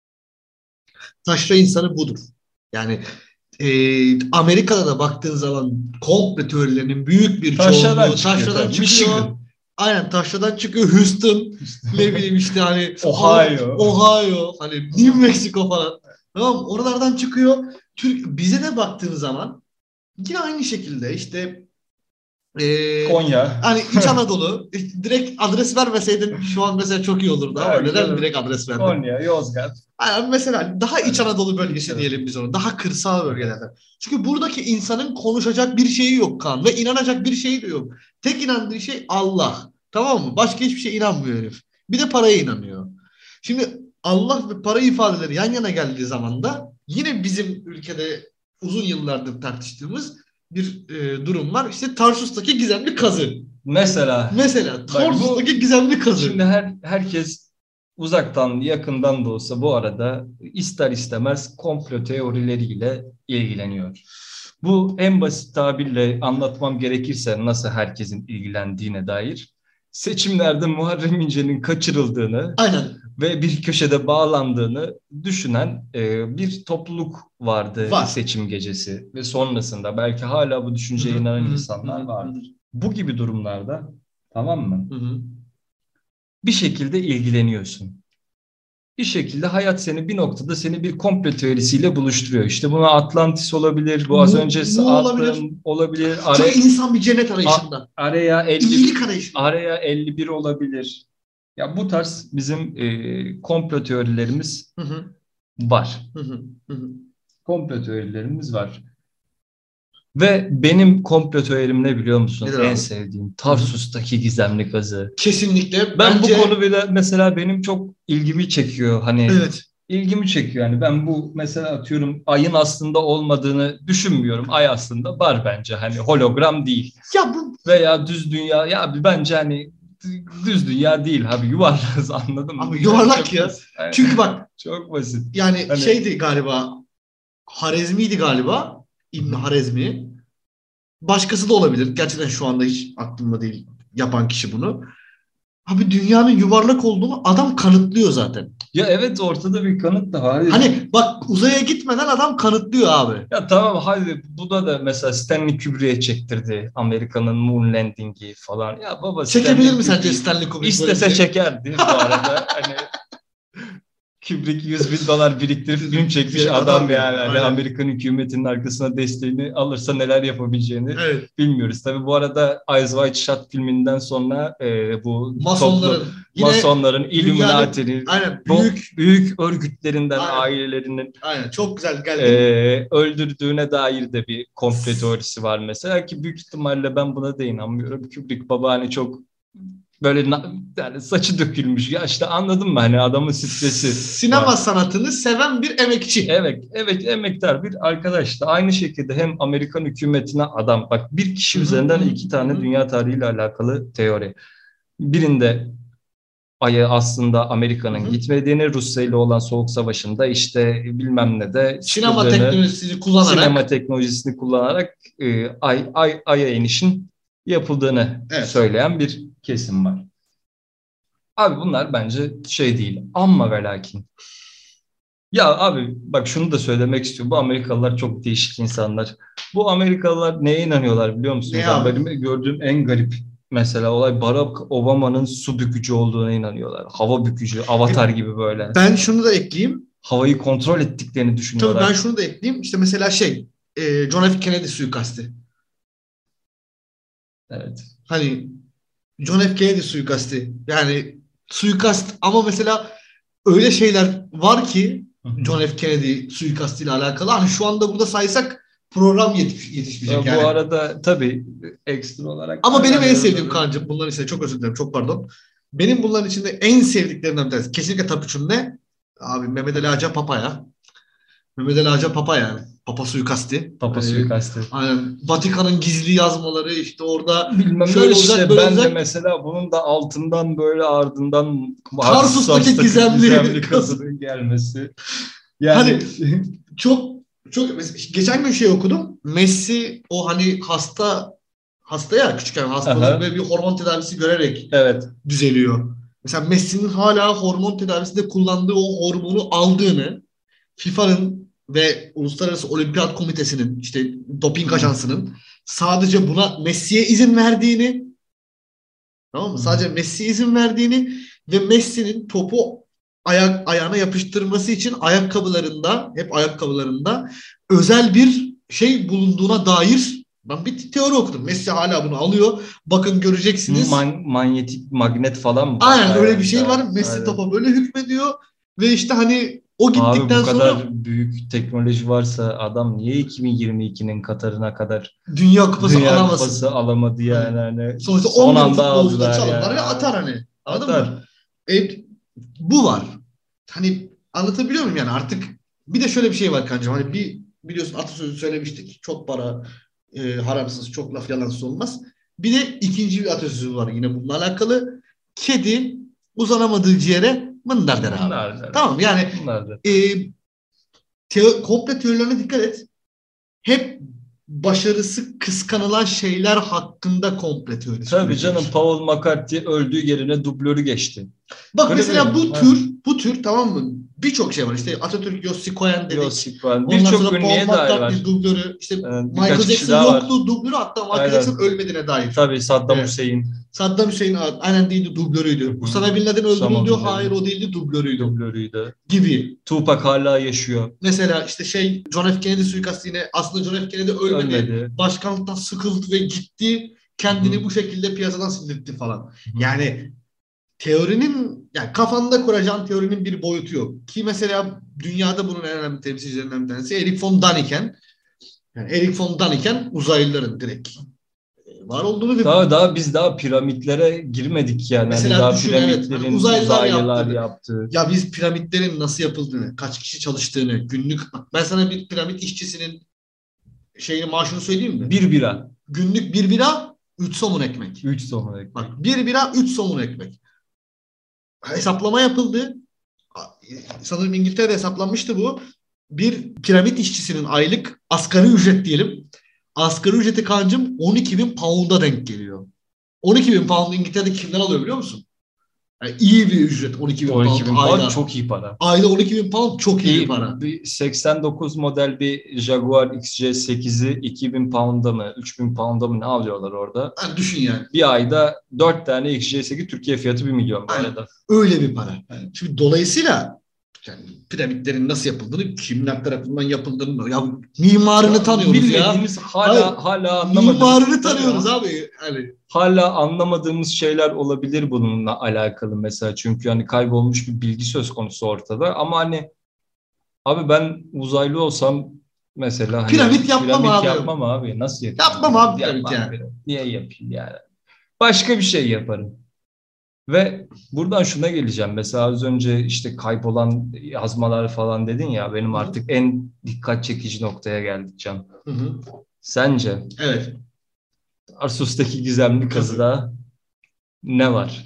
Taşra insanı budur. Yani e, Amerika'da da baktığın zaman komplo teorilerinin büyük bir Taşradan çoğunluğu çıkıyor, taşradan tabii. çıkıyor. Michigan. Aynen taşradan çıkıyor. Houston, ne bileyim işte hani Ohio. Ohio, hani New Mexico falan. Tamam mı? Oralardan çıkıyor. Türk, bize de baktığın zaman yine aynı şekilde işte e, Konya. hani İç Anadolu işte direkt adres vermeseydin şu an mesela çok iyi olurdu ama Evet, neden canım. direkt adres verdin? Konya, Yozgat. Yani mesela daha İç Anadolu bölgesi Evet. diyelim biz onu. Daha kırsal bölgelerden. Çünkü buradaki insanın konuşacak bir şeyi yok Kaan ve inanacak bir şeyi de yok. Tek inandığı şey Allah. Tamam mı? Başka hiçbir şeye inanmıyor herif. Bir de paraya inanıyor. Şimdi Allah ve para ifadeleri yan yana geldiği zaman da yine bizim ülkede uzun yıllardır tartıştığımız bir e, durum var. İşte Tarsus'taki gizemli kazı. Mesela. Mesela Bak, Tarsus'taki bu, gizemli kazı. şimdi her herkes uzaktan yakından da olsa bu arada ister istemez komplo teorileriyle ilgileniyor. Bu en basit tabirle anlatmam gerekirse nasıl herkesin ilgilendiğine dair seçimlerde Muharrem İnce'nin kaçırıldığını Aynen. ve bir köşede bağlandığını düşünen e, bir topluluk vardı Var. seçim gecesi ve sonrasında belki hala bu düşünceye Hı hı, inanan hı hı, insanlar hı hı, vardır. Bu gibi durumlarda, tamam mı? Hı hı. Bir şekilde ilgileniyorsun. Bir şekilde hayat seni bir noktada seni bir komplo teorisiyle buluşturuyor. İşte buna Atlantis olabilir, bu az Mu, önce mu olabilir. attığım olabilir. Are, Çünkü insan bir cennet a- arayışında. araya elli, İyilik arayışında. araya elli bir olabilir. Ya bu tarz bizim e, komplo teorilerimiz Hı hı, var. hı hı, hı hı. Komplo teorilerimiz var. Ve benim komplo teorim ne biliyor musun? Nedir En abi? sevdiğim Tarsus'taki gizemli kazı. Kesinlikle. Ben Bence bu konu bile mesela benim çok ilgimi çekiyor. Hani evet. ilgimi çekiyor. Yani ben bu mesela atıyorum ayın aslında olmadığını düşünmüyorum. Ay aslında var bence. Hani hologram değil. Ya bu Veya düz dünya. Ya bence hani düz dünya değil abi. Yuvarlarız, anladın mı? abi Yani yuvarlak çok ya. basit. Yani Çünkü bak çok basit. yani Hani şeydi galiba Harezmi'ydi galiba. hı İbn hı. Harezmi. Başkası da olabilir. Gerçekten şu anda hiç aklımda değil yapan kişi bunu. Abi dünyanın yuvarlak olduğunu adam kanıtlıyor zaten. Ya evet, ortada bir kanıt da var. Hani bak uzaya gitmeden adam kanıtlıyor abi. Ya tamam, hadi bu da da mesela Stanley Kubrick'e çektirdi Amerika'nın moon landing'i falan. Ya baba, Çekebilir Stanley mi sence Kubrick Stanley Kubrick böyle bir istese şey? çekerdi bu arada. Hani Kubrick yüz bin dolar biriktirip film çekmiş Şey, adam adam yani, yani. Hani aynen. Amerikan hükümetinin arkasına desteğini alırsa neler yapabileceğini Evet. bilmiyoruz. Tabii bu arada Eyes Wide Shut filminden sonra e, bu toplu Masonların yine masonların, dünyanın Illuminati'nin, aynen çok büyük büyük örgütlerinden, aynen ailelerinin aynen çok güzel geldin. e, öldürdüğüne dair de bir komplo teorisi var mesela, ki büyük ihtimalle ben buna da inanmıyorum. Kubrick baba hani çok böyle na- yani saçı dökülmüş ya, işte anladın mı, hani adamın stresi Sinema var. sanatını seven bir emekçi. Evet, evet, emektar bir arkadaş da aynı şekilde hem Amerikan hükümetine adam. Bak, bir kişi Hı hı, üzerinden hı iki tane hı. dünya tarihiyle alakalı teori. Birinde Ay'a aslında Hı Amerika'nın hı. gitmediğini, Rusya ile olan soğuk savaşında işte bilmem ne de Sinema sıkıldığını, teknolojisini sinema kullanarak teknolojisini kullanarak e, Ay, Ay, Ay'a inişin yapıldığını evet. söyleyen bir kesim var. Abi bunlar bence şey değil. Amma ve lakin. Ya abi bak, şunu da söylemek istiyorum. Bu Amerikalılar çok değişik insanlar. Bu Amerikalılar neye inanıyorlar biliyor musun Ne hocam? abi? Benim gördüğüm en garip mesela olay, Barack Obama'nın su bükücü olduğuna inanıyorlar. Hava bükücü, E, avatar gibi böyle. ben şunu da ekleyeyim. Havayı kontrol ettiklerini Tabii ben düşünüyorlar. şunu da ekleyeyim. İşte mesela şey e, John F. Kennedy suikasti. Evet. Hani John F. Kennedy suikasti. Yani suikast ama mesela öyle şeyler var ki Hı hı. John F. Kennedy suikastıyla alakalı. Hani şu anda burada saysak program yetiş- yetişmeyecek Bu yani. arada tabii ekstra olarak Ama benim en sevdiğim aynen. Kaan'cığım bunların içinde çok özür dilerim çok pardon. Benim bunların içinde en sevdiklerimden bir tanesi. Kesinlikle top üçüm ne? Abi Mehmet Ali Ağca Papa ya. Mehmet Ali Ağca Papa yani. Papa suikasti. Papa Hani, suikasti. aynen. Vatikan'ın gizli yazmaları işte orada Bilmem ne şöyle olacak işte, böyle ben de olacak. mesela bunun da altından böyle ardından Tarsus'taki Hassas'taki gizemli gizemli kız. kazının gelmesi. Hani çok çok geçen gün şey okudum. Messi o hani hasta hasta ya küçükken hastalığı ve bir hormon tedavisi görerek evet. düzeliyor. Mesela Messi'nin hala hormon tedavisinde kullandığı o hormonu aldığını FIFA'nın ve Uluslararası Olimpiyat Komitesi'nin işte doping ajansının sadece buna Messi'ye izin verdiğini, tamam mı? Sadece Messi'ye izin verdiğini ve Messi'nin topu ayak ayağına yapıştırması için ayakkabılarında, hep ayakkabılarında özel bir şey bulunduğuna dair ben bir teori okudum. Messi hala bunu alıyor. Bakın göreceksiniz. Man- manyetik magnet falan mı? Aynen öyle bir şey var. Messi Aynen. topa böyle hükmediyor ve işte hani o gittikten Abi bu kadar sonra büyük teknoloji varsa adam niye iki bin yirmi ikinin Katar'ına kadar Dünya Kupası Dünya alamasın. Kupası alamadı yani. Hani sonuçta son on bin anda futbolcu da aldılar çalımlar ya. ve atar hani. Anladın Atar. mı? E, bu var. Hani anlatabiliyor muyum yani artık bir de şöyle bir şey var kancım. Hani bir biliyorsun atasözü söylemiştik. Çok para e, haramsız, çok laf yalansız olmaz. Bir de ikinci bir atasözü var yine bununla alakalı. Kedi uzanamadığı ciğere mındar der abi. Bunlar der. Tamam yani Bunlar der. e, teo- komple teorilerine dikkat et. Hep başarısı kıskanılan şeyler hakkında komple teorisi Tabii üretilir. canım, Paul McCartney öldüğü yerine dublörü geçti. Bak Öyle mesela mi? bu Ha. tür, bu tür tamam mı? Birçok şey var. İşte Atatürk Yossi Cohen dedik. Yossi Cohen. Ondan Birçok sonra Paul ünlüye dair var. McCartney dublörü. İşte Ee, Michael birkaç kişi Jackson daha var. yoktu dublörü. Hatta Michael Aynen. Jackson ölmediğine dair. Tabii Saddam Evet. Hüseyin. Saddam Hüseyin aynen değildi, dublörüydü. Hı hı. Usama Bin Laden Usama öldürüldü. Bin Laden. Hayır o değildi, dublörüydü. Dublörüydü. Gibi. Tupac hala yaşıyor. Mesela işte şey John F. Kennedy suikastı yine aslında John F. Kennedy ölmedi. Ölmedi. Başkanlıktan sıkıldı ve gitti. Kendini Hı-hı. bu şekilde piyasadan sildirtti falan. Hı-hı. Yani teorinin yani kafanda kuracağın teorinin bir boyutu yok. Ki mesela dünyada bunun en önemli temsilcilerinden bir tanesi Erik von Däniken. Yani Erik von Däniken uzaylıların direkt var olduğunu ve daha daha biz daha piramitlere girmedik yani. Mesela hani daha düşün, piramitlerin evet, uzaylılar, uzaylılar yaptı. yaptı. Ya biz piramitlerin nasıl yapıldığını, kaç kişi çalıştığını, günlük ben sana bir piramit işçisinin şeyini maaşını söyleyeyim mi? Bir bira. Günlük bir bira, üç somun ekmek. Üç somun ekmek. Bak bir bira, üç somun ekmek. Hesaplama yapıldı. Sanırım İngiltere'de hesaplanmıştı bu. Bir piramit işçisinin aylık asgari ücret diyelim. Asgari ücreti kancım on iki bin pound'a denk geliyor. on iki bin pound İngiltere'de kimler alıyor biliyor musun? Yani iyi bir ücret on iki bin pound ayda. Çok iyi para. Ayda on iki bin pound çok iyi, iyi bir para. Bir seksen dokuz model bir Jaguar X J sekizi iki bin pound'a mı üç bin pound'a mı ne alıyorlar orada? Yani düşün yani. Bir ayda dört tane X J sekiz Türkiye fiyatı bir milyon bu Aynen. arada. Öyle bir para. Aynen. Şimdi dolayısıyla yani piramitlerin nasıl yapıldığını, kimler tarafından yapıldığını, ya mimarını ya, tanıyoruz ya. Bilmediğimiz hala Hayır, hala anlamadığımız. Mimarını tanıyoruz ya. abi. Yani. Hala anlamadığımız şeyler olabilir bununla alakalı mesela. Çünkü hani kaybolmuş bir bilgi söz konusu ortada. Ama hani abi ben uzaylı olsam mesela hani piramit yapmam piramit abi. yapmam abi. Nasıl yapayım? Yapmam abi piramit yani. Niye yapayım yani? Başka bir şey yaparım. Ve buradan şuna geleceğim. Mesela az önce işte kaybolan yazmalar falan dedin ya, benim artık Hı. en dikkat çekici noktaya geldik Can. Hı hı. Sence? Evet. Tarsus'taki gizemli kazıda ne var?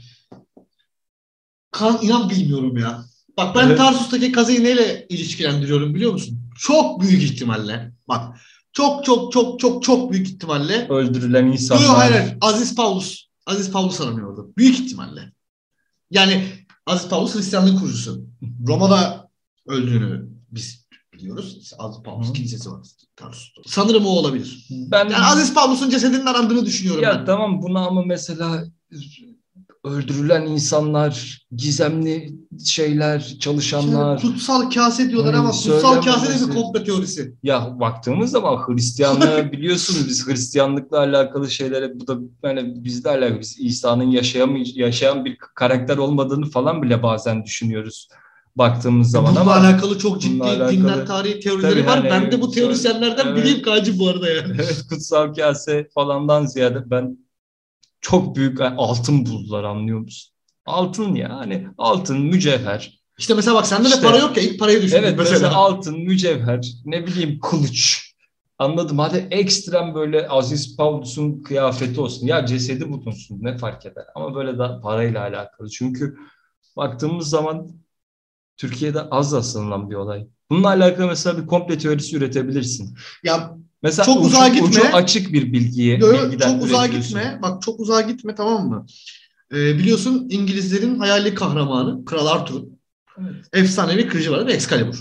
Kan inan bilmiyorum ya. Bak ben evet. Tarsus'taki kazıyı neyle ilişkilendiriyorum biliyor musun? Çok büyük ihtimalle. Bak çok çok çok çok çok büyük ihtimalle. Öldürülen insanlar. Yok hayır Aziz Paulus. Aziz Paulus aranıyordu. Büyük ihtimalle. Yani Aziz Paulus Hristiyanlığın kurucusu. Roma'da öldüğünü biz biliyoruz. Aziz Paulus kilisesi var Tarsus'ta. Sanırım o olabilir. Ben yani Aziz Paulus'un cesedinin arandığını düşünüyorum ya ben. Ya tamam buna ama mesela öldürülen insanlar, gizemli şeyler, çalışanlar. Şöyle kutsal kase diyorlar hani ama kutsal kase de bir komplo teorisi. Ya baktığımız zaman Hristiyanlığı biliyorsun, biz Hristiyanlıkla alakalı şeylere, bu da yani bizle alakalı, biz İsa'nın yaşayan bir karakter olmadığını falan bile bazen düşünüyoruz baktığımız zaman. Bununla ama alakalı çok ciddi alakalı, dinler tarihi teorileri var. Hani, ben de bu teorisyenlerden evet, biriyim Kacı bu arada yani. Evet, kutsal kase falandan ziyade ben çok büyük yani altın buldular, anlıyor musun? Altın ya hani altın, mücevher. İşte mesela bak sende işte, de para yok ya, ilk parayı düşündüm evet, mesela. mesela altın, mücevher, ne bileyim kılıç. Anladım, hadi ekstrem böyle Aziz Paulus'un kıyafeti olsun. Ya cesedi bulunsun, ne fark eder. Ama böyle da parayla alakalı. Çünkü baktığımız zaman Türkiye'de az rastlanılan bir olay. Bununla alakalı mesela bir komple teorisi üretebilirsin. Ya mesela çok ucu, uzağa gitme. Ucu açık bir bilgiye, Yo, bilgiden çok uzağa üretiyorsun. gitme. Bak çok uzağa gitme, tamam mı? Ee, biliyorsun İngilizlerin hayali kahramanı Kral Arthur'un Evet. efsanevi kılıcı vardır, Excalibur.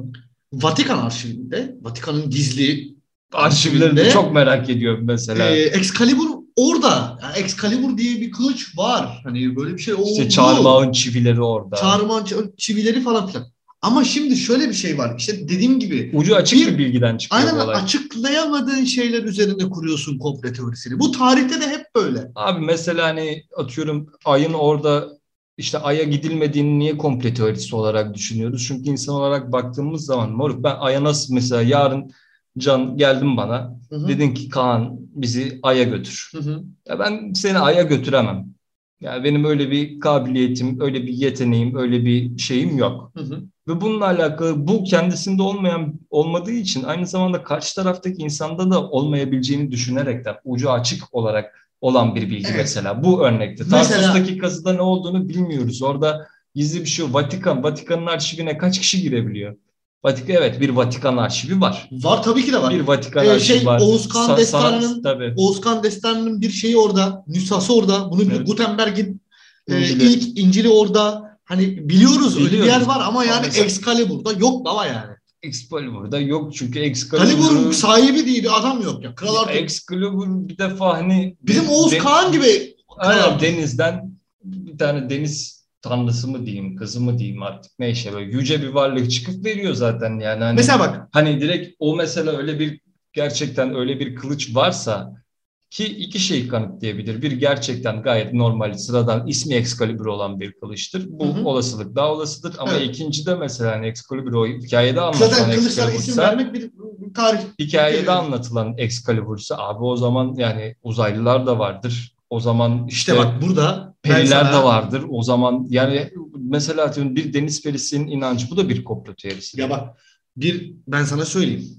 Vatikan arşivinde, Vatikan'ın gizli Arşivleri de arşivinde çok merak ediyorum e, mesela. Excalibur orada. Yani Excalibur diye bir kılıç var. Hani böyle bir şey oldu. İşte çarmıhın çivileri orada. Çağrıman çivileri falan filan. Ama şimdi şöyle bir şey var. İşte dediğim gibi Ucu açık bir, bir bilgiden çıkıyor aynen bu olay. açıklayamadığın şeyler üzerinde kuruyorsun komple teorisini. Bu tarihte de hep böyle. Abi mesela hani atıyorum ayın orada işte aya gidilmediğini niye komple teorisi olarak düşünüyoruz? Çünkü insan olarak baktığımız zaman moruk ben aya nasıl mesela yarın Can geldin bana Hı hı. dedin ki Kaan bizi aya götür. Hı hı. Ya ben seni aya götüremem. Yani benim öyle bir kabiliyetim, öyle bir yeteneğim, öyle bir şeyim yok. Hı hı. Ve bununla alakalı bu kendisinde olmayan olmadığı için aynı zamanda karşı taraftaki insanda da olmayabileceğini düşünerekten ucu açık olarak olan bir bilgi Evet. mesela. Bu örnekte. Mesela- Tarsus'taki kazıda ne olduğunu bilmiyoruz. Orada gizli bir şey yok. Vatikan, Vatikan'ın arşivine kaç kişi girebiliyor? Vatikan, evet bir Vatikan arşivi var. Var, tabii ki de var. Bir Vatikan Ee, arşivi şey var. Oğuzkan Sa- sanat Destanı'nın tabii. Oğuzkan Destanı'nın bir şeyi orada, nüshası orada. Bunu bir Evet. Gutenberg'in e, İncil'i. ilk İncil'i orada. Hani biliyoruz, öyle bir yer Biliyoruz. var ama Ama yani mesela- Excalibur'da yok baba yani. Excalibur'da yok çünkü Excalibur'un Excalibur'u sahibi diye bir adam yok ya. Kral Arthur. Excalibur bir defa hani Bizim de- Oğuz de- Kağan gibi Kral aynen Arthur. denizden bir tane deniz tanrısı mı diyeyim, kızı mı diyeyim artık neyse böyle yüce bir varlık çıkıp veriyor zaten yani hani Mesela bak, hani direkt o mesela öyle bir gerçekten öyle bir kılıç varsa ki iki şey kanıtlayabilir. Bir gerçekten gayet normal, sıradan ismi Excalibur olan bir kılıçtır. Bu hı hı. olasılık daha olasıdır. Ama Evet. ikinci de mesela hani Excalibur o hikayede anlatılan Zaten kılıçlara isim Excalibur'sa vermek bir, bir tarih. hikayede Ülkeleri. anlatılan Excalibur'sa abi o zaman yani uzaylılar da vardır. O zaman İşte işte bak burada ben periler de sana vardır. O zaman yani mesela atıyorum bir deniz perisinin inancı bu da bir komplo teorisi. ya bak bir ben sana söyleyeyim.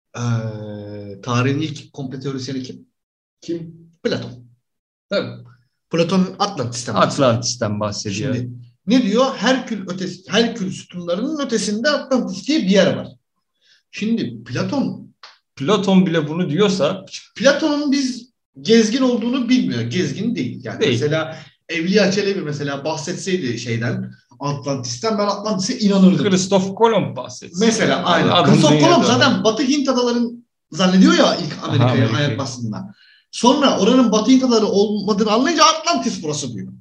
Ee, tarihin ilk komple teorisyeni kim? Kim? Platon. Tabii. Platon Atlantis'ten bahsediyor. Atlantis'ten bahsediyor. Şimdi ne diyor? Herkül ötesi, Herkül sütunlarının ötesinde Atlantis diye bir yer var. Şimdi Platon Platon bile bunu diyorsa Platon'un biz gezgin olduğunu bilmiyor. Gezgin değil. Yani değil. mesela Evliya Çelebi mesela bahsetseydi şeyden, Atlantis'ten, ben Atlantis'e inanırdım. Christoph Kolomb bahsetsin. Mesela aynen. Adam Christoph dünyada Kolomb olan. zaten Batı Hint adaların zannediyor ya ilk Aha, Amerika'ya Amerika'yı. ayak bastığında. Sonra oranın Batı Hint adaları olmadığını anlayınca Atlantis burası diyor.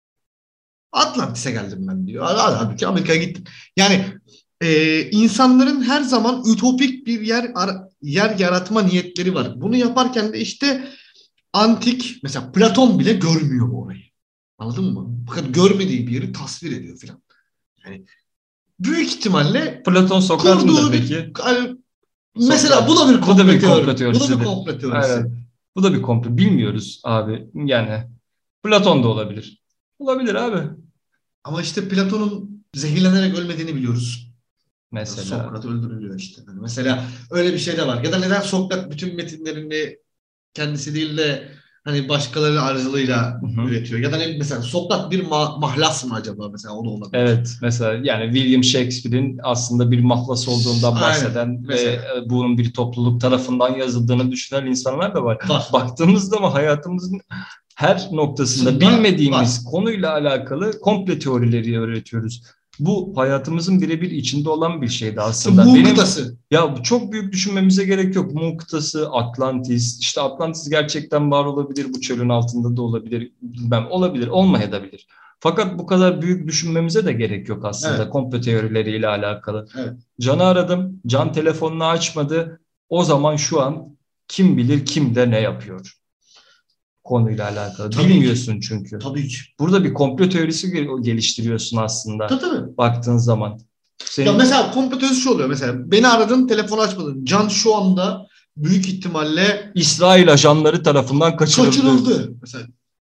Atlantis'e geldim ben diyor. Halbuki Amerika'ya gittim. Yani e, insanların her zaman ütopik bir yer yer yaratma niyetleri var. Bunu yaparken de işte antik, mesela Platon bile görmüyor bu orayı. Anladın mı? Fakat görmediği bir yeri tasvir ediyor filan. Yani büyük ihtimalle Platon Sokrat mıdır kurduğu peki? bir, hani, mesela Sokrat. bu da bir Bu da bir komplo komplo teorisi. Bu da bir teorisidir. komplo teorisi. Aynen. Bu da bir komplo. Bilmiyoruz abi. Yani Platon da olabilir. Olabilir abi. Ama işte Platon'un zehirlenerek ölmediğini biliyoruz. Mesela. Sokrat öldürülüyor işte. Yani mesela öyle bir şey de var. Ya da neden Sokrat bütün metinlerini kendisi değil de hani başkaları aracılığıyla Hı hı. üretiyor? Ya da ne, mesela Sokrat bir ma- mahlas mı acaba, mesela o da olabilir. Evet mesela yani William Shakespeare'in aslında bir mahlas olduğundan Aynen, bahseden mesela. ve bunun bir topluluk tarafından yazıldığını düşünen insanlar da var. Var. Baktığımızda ama hayatımızın her noktasında Aslında bilmediğimiz var. konuyla alakalı komple teorileri öğretiyoruz. Bu hayatımızın birebir içinde olan bir şeydi aslında. Muğ Benim kıtası. ya çok büyük düşünmemize gerek yok. Muğ kıtası, Atlantis, işte Atlantis gerçekten var olabilir, bu çölün altında da olabilir, bilmem olabilir, olmayabilir. Fakat bu kadar büyük düşünmemize de gerek yok aslında Evet. komplo teorileriyle alakalı. Evet. Can'ı aradım, Can telefonunu açmadı. O zaman şu an kim bilir kim de ne yapıyor konuyla alakalı. Tabii Bilmiyorsun çünkü. Tabii ki. Burada bir komplo teorisi geliştiriyorsun aslında. Tabii tabii. Baktığın zaman. Senin... Ya mesela komplo teorisi şu oluyor mesela. Beni aradın, telefonu açmadın. Can şu anda büyük ihtimalle İsrail ajanları tarafından kaçırıldı. kaçırıldı. Mesela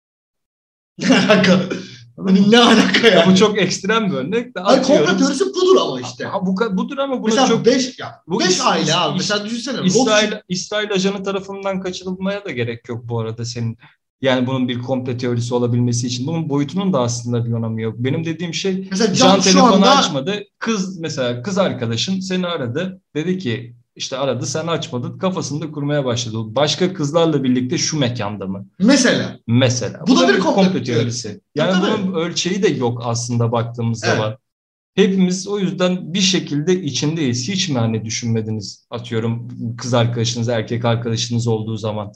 ne alaka? Hani ne alaka yani? Ya bu çok ekstrem bir örnek de Hayır, atıyorum. komplo teorisi budur ama işte. Ha, bu budur ama buna mesela çok beş ya bu beş is, aile is, abi. is, Mesela düşünsene. İsrail Rothschild. İsrail ajanı tarafından kaçırılmaya da gerek yok bu arada senin. Yani bunun bir komple teorisi olabilmesi için. Bunun boyutunun da aslında bir önemi yok. Benim dediğim şey, Mesela Can Can şu telefonu anda açmadı. Kız mesela, kız arkadaşın seni aradı. Dedi ki işte aradı, sen açmadın. Kafasında kurmaya başladı. Başka kızlarla birlikte şu mekanda mı? mesela Mesela. bu Bu da da bir bir komple komple teorisi. teorisi. Tabii Yani tabii. bunun ölçeği de yok aslında baktığımız Evet. zaman. Hepimiz o yüzden bir şekilde içindeyiz. Hiç mi hani düşünmediniz, atıyorum kız arkadaşınız, erkek arkadaşınız olduğu zaman?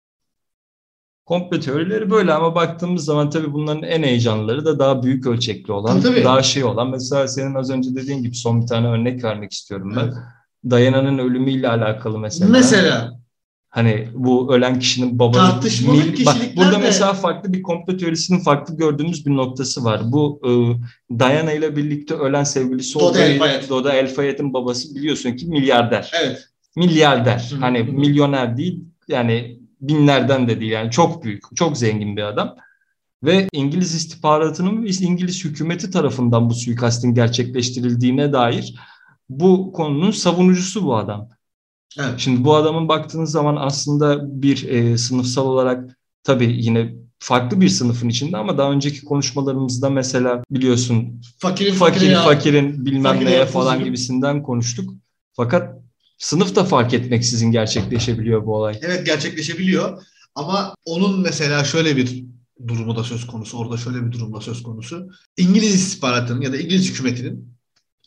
Komplo teorileri böyle, ama baktığımız zaman tabii bunların en heyecanları da daha büyük ölçekli Tabii olan, tabii. daha şey olan. Mesela senin az önce dediğin gibi son bir tane örnek vermek istiyorum ben. Evet. Diana'nın ölümüyle alakalı mesela. Mesela Hani bu ölen kişinin babası, tartışmalı mil, bak burada kişilikler mesela de farklı bir komplo teorisinin farklı gördüğümüz bir noktası var. Bu e, Diana ile birlikte ölen sevgilisi Dodi olduğu El Fayed. Doda El Fayed'in babası biliyorsun ki milyarder. Evet. Milyarder. Hı hı Hani hı. milyoner değil, yani binlerden de değil, yani çok büyük, çok zengin bir adam. Ve İngiliz istihbaratının ve İngiliz hükümeti tarafından bu suikastin gerçekleştirildiğine dair bu konunun savunucusu bu adam. Evet. Şimdi bu adamın baktığınız zaman aslında bir e, sınıfsal olarak tabii yine farklı bir sınıfın içinde, ama daha önceki konuşmalarımızda mesela biliyorsun Fakirin fakire fakir ya fakirin bilmem fakire neye yaptığı falan zulüm. gibisinden konuştuk. Fakat sınıf da fark etmeksizin gerçekleşebiliyor bu olay. Evet, gerçekleşebiliyor. Ama onun mesela şöyle bir durumu da söz konusu. Orada şöyle bir durum da söz konusu. İngiliz istihbaratının ya da İngiliz hükümetinin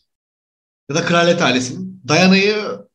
ya da kraliyet ailesinin Diana'yı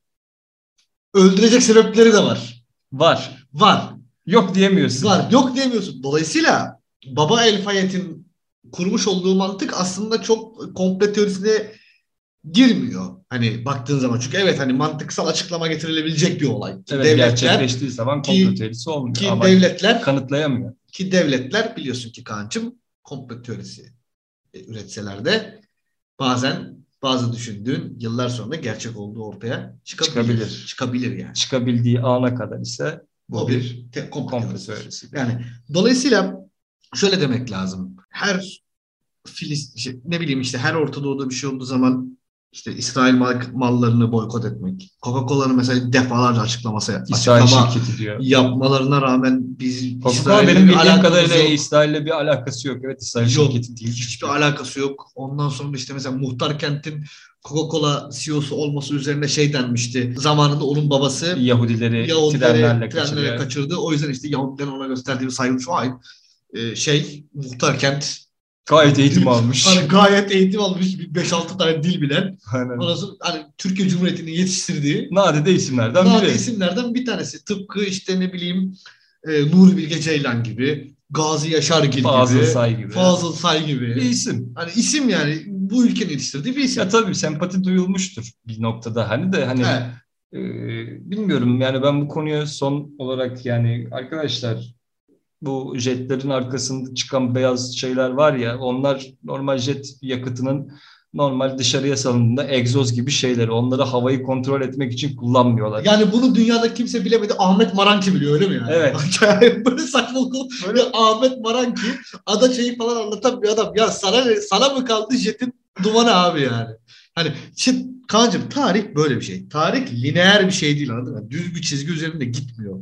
öldürecek sebepleri de var. Var. Var. Yok diyemiyorsun. Var. Yok diyemiyorsun. Dolayısıyla Baba El Fayed'in kurmuş olduğu mantık aslında çok komple teorisine girmiyor. Hani baktığın zaman. Çünkü evet, hani mantıksal açıklama getirilebilecek bir olay. Ki Evet, devletler gerçekleştiği zaman komplo ki teorisi olmuyor ki ama devletler kanıtlayamıyor. ki devletler biliyorsun ki Kaan'cığım, komplo teorisi üretseler de bazen bazı düşündüğün yıllar sonra gerçek olduğu ortaya çıkabilir. Çıkabilir. Çıkabilir yani. Çıkabildiği ana kadar ise bu O bir bir te- komplo komplo teorisi. teorisi. Yani dolayısıyla şöyle demek lazım. Her Filist, işte, ne bileyim işte her Orta Doğu'da bir şey olduğu zaman işte İsrail mal, mallarını boykot etmek. Coca-Cola'nın mesela defalarca açıklaması, İsrail açıklama şirketi diyor. yapmalarına rağmen biz Coca-Cola İsrail'le benim bir bildiğim alakamız kadarıyla yok. İsrail'le bir alakası yok. Evet, İsrail Yok. şirketi değil Hiçbir çünkü. alakası yok. Ondan sonra işte mesela Muhtar Kent'in Coca-Cola C E O'su olması üzerine şey denmişti. Zamanında onun babası Yahudileri Yahudileri trenlerle trenlere kaçırıyor. kaçırdı. O yüzden işte Yahudilerin ona gösterdiği bir saygı şu an e, şey Muhtar Kent Gayet eğitim almış. hani gayet eğitim almış, beş altı tane dil bilen. Aynen. Ondan sonra hani Türkiye Cumhuriyeti'nin yetiştirdiği Nadide isimlerden nadide biri. isimlerden bir tanesi. Tıpkı işte ne bileyim e, Nuri Bilge Ceylan gibi, Gazi Yaşargil Fazıl gibi, Say gibi. Fazıl Say Bir gibi. isim. Hani isim, yani bu ülkenin yetiştirdiği bir isim. Ya tabii sempati duyulmuştur bir noktada. Hani de hani Evet. e, bilmiyorum yani, ben bu konuya son olarak, yani arkadaşlar, bu jetlerin arkasında çıkan beyaz şeyler var ya, onlar normal jet yakıtının normal dışarıya salındığında egzoz gibi şeyleri. Onları havayı kontrol etmek için kullanmıyorlar. Yani bunu dünyada kimse bilemedi. Ahmet Maranki biliyor, öyle mi yani? Evet. Böyle saçmalık. Böyle Ahmet Maranki ada şeyi falan anlatan bir adam. Ya sana sana mı kaldı jetin dumanı abi yani? Hani şimdi Kaan'cığım, tarih böyle bir şey. Tarih lineer bir şey değil, anladın mı? Düz bir çizgi üzerinde gitmiyor.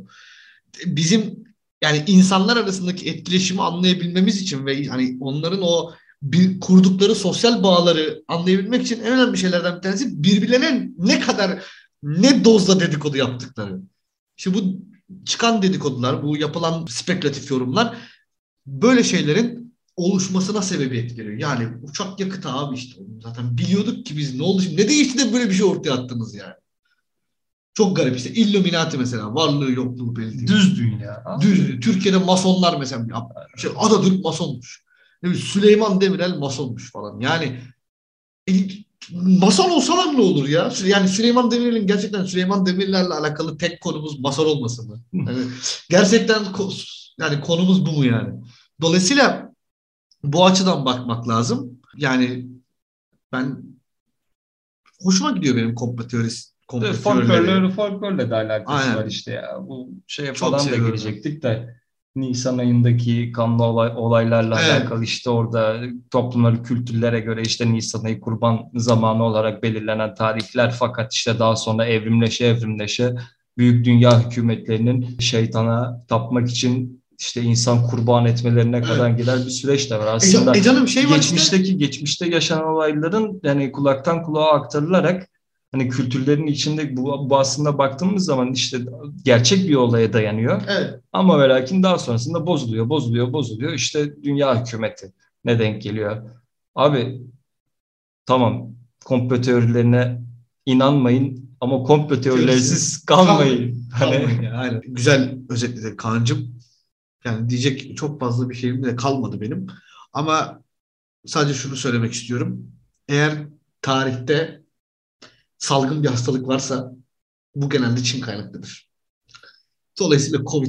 Bizim yani insanlar arasındaki etkileşimi anlayabilmemiz için ve hani onların o bir kurdukları sosyal bağları anlayabilmek için en önemli şeylerden bir tanesi birbirlerine ne kadar, ne dozda dedikodu yaptıkları. İşte bu çıkan dedikodular, bu yapılan spekülatif yorumlar böyle şeylerin oluşmasına sebebiyet veriyor. Yani uçak yakıtı abi, işte zaten biliyorduk ki biz, ne oldu şimdi, ne değişti de böyle bir şey ortaya attınız yani. Çok garip işte. Illuminati mesela, varlığı yokluğu belli değil. Düz dünya. Düz. Türkiye'de masonlar mesela. Şey, Atatürk masonmuş. Süleyman Demirel masonmuş falan. Yani e, mason olsalar ne olur ya? Yani Süleyman Demirel'in, gerçekten Süleyman Demirel'le alakalı tek konumuz mason olması mı? Yani gerçekten yani konumuz bu mu yani? Dolayısıyla bu açıdan bakmak lazım. Yani ben hoşuma gidiyor benim komplo teorisi, komplo teorileri. Folklorla, folklorla da alakası Aynen. var işte ya. Bu şeye Çok falan da seviyorum. girecektik de, Nisan ayındaki kanlı olay, olaylarla Evet. alakalı, işte orada toplumları, kültürlere göre işte Nisan ayı kurban zamanı olarak belirlenen tarihler, fakat işte daha sonra evrimleşe evrimleşe büyük dünya hükümetlerinin şeytana tapmak için işte insan kurban etmelerine kadar gider bir süreç de var. Aslında e, canım şey var geçmişteki işte. geçmişte yaşanan olayların yani kulaktan kulağa aktarılarak hani kültürlerin içinde bu, bu aslında baktığımız zaman işte gerçek bir olaya dayanıyor. Evet. Ama ve lakin daha sonrasında bozuluyor, bozuluyor, bozuluyor. İşte dünya hükümeti ne denk geliyor. Abi tamam, komplo teorilerine inanmayın ama komplo teorilerisiz kalmayın. Kalmayın Hani yani. Aynen. Güzel özetledi Kaan'cığım. Yani diyecek çok fazla bir şeyim de kalmadı benim. Ama sadece şunu söylemek istiyorum. Eğer tarihte salgın bir hastalık varsa bu genelde Çin kaynaklıdır. Dolayısıyla Covid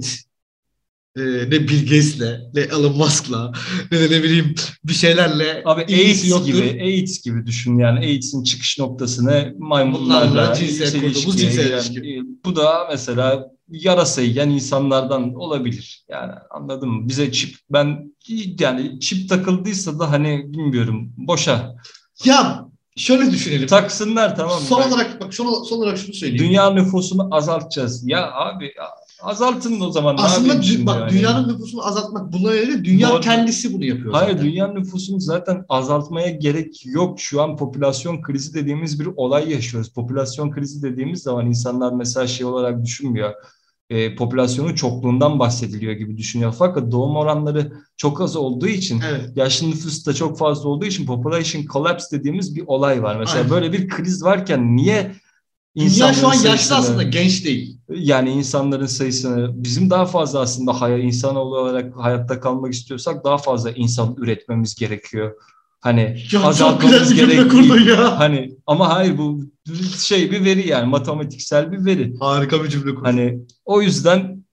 e, ne Bill Gates'le, ne Elon Musk'la, ne de ne bileyim bir şeylerle abi ilgisi AIDS yoktur. gibi, AIDS gibi düşün yani AIDS'in çıkış noktasını Bunlarla maymunlarla cinsel cinsel kurduğumuz ilişkiye cinsel giren, ilişki. e, bu da mesela yarasa yiyen insanlardan olabilir. Yani anladın mı? Bize çip ben yani çip takıldıysa da hani bilmiyorum boşa. Ya şöyle düşünelim. Taksınlar tamam mı? Son Ben, olarak bak son, son olarak şunu söyleyeyim. dünya nüfusunu azaltacağız. Ya abi azaltın o zaman ne Aslında yapayım dü- şimdi bak yani? dünyanın nüfusunu azaltmak bununla ilgili dünya Doğru. kendisi bunu yapıyor Hayır, zaten. dünya nüfusunu zaten azaltmaya gerek yok. Şu an popülasyon krizi dediğimiz bir olay yaşıyoruz. Popülasyon krizi dediğimiz zaman insanlar mesela şey olarak düşünmüyor. E, popülasyonun çokluğundan bahsediliyor gibi düşünüyor. Fakat doğum oranları çok az olduğu için, Evet. yaşlı nüfus da çok fazla olduğu için population collapse dediğimiz bir olay var. Mesela Aynen. böyle bir kriz varken niye Dünya şu an insanların yaşlı sayısını, aslında genç değil. yani insanların sayısını bizim daha fazla aslında hay- insanoğlu olarak hayatta kalmak istiyorsak daha fazla insan üretmemiz gerekiyor. Hani Ya çok güzel azaltmamız bir cümle gerek kurdun değil. ya. Hani ama hayır, bu şey bir veri, yani matematiksel bir veri. Harika bir cümle kurdun. Hani o yüzden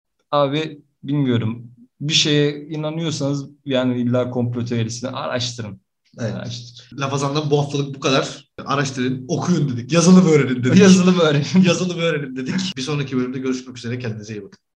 abi bilmiyorum, bir şeye inanıyorsanız yani illa komplo teorisini araştırın. Evet. Araştırın. Lafazan'dan bu haftalık bu kadar. Araştırın, okuyun dedik. Yazılım öğrenin dedik. Yazılım öğrenin. Yazılım öğrenin dedik. Bir sonraki bölümde görüşmek üzere. Kendinize iyi bakın.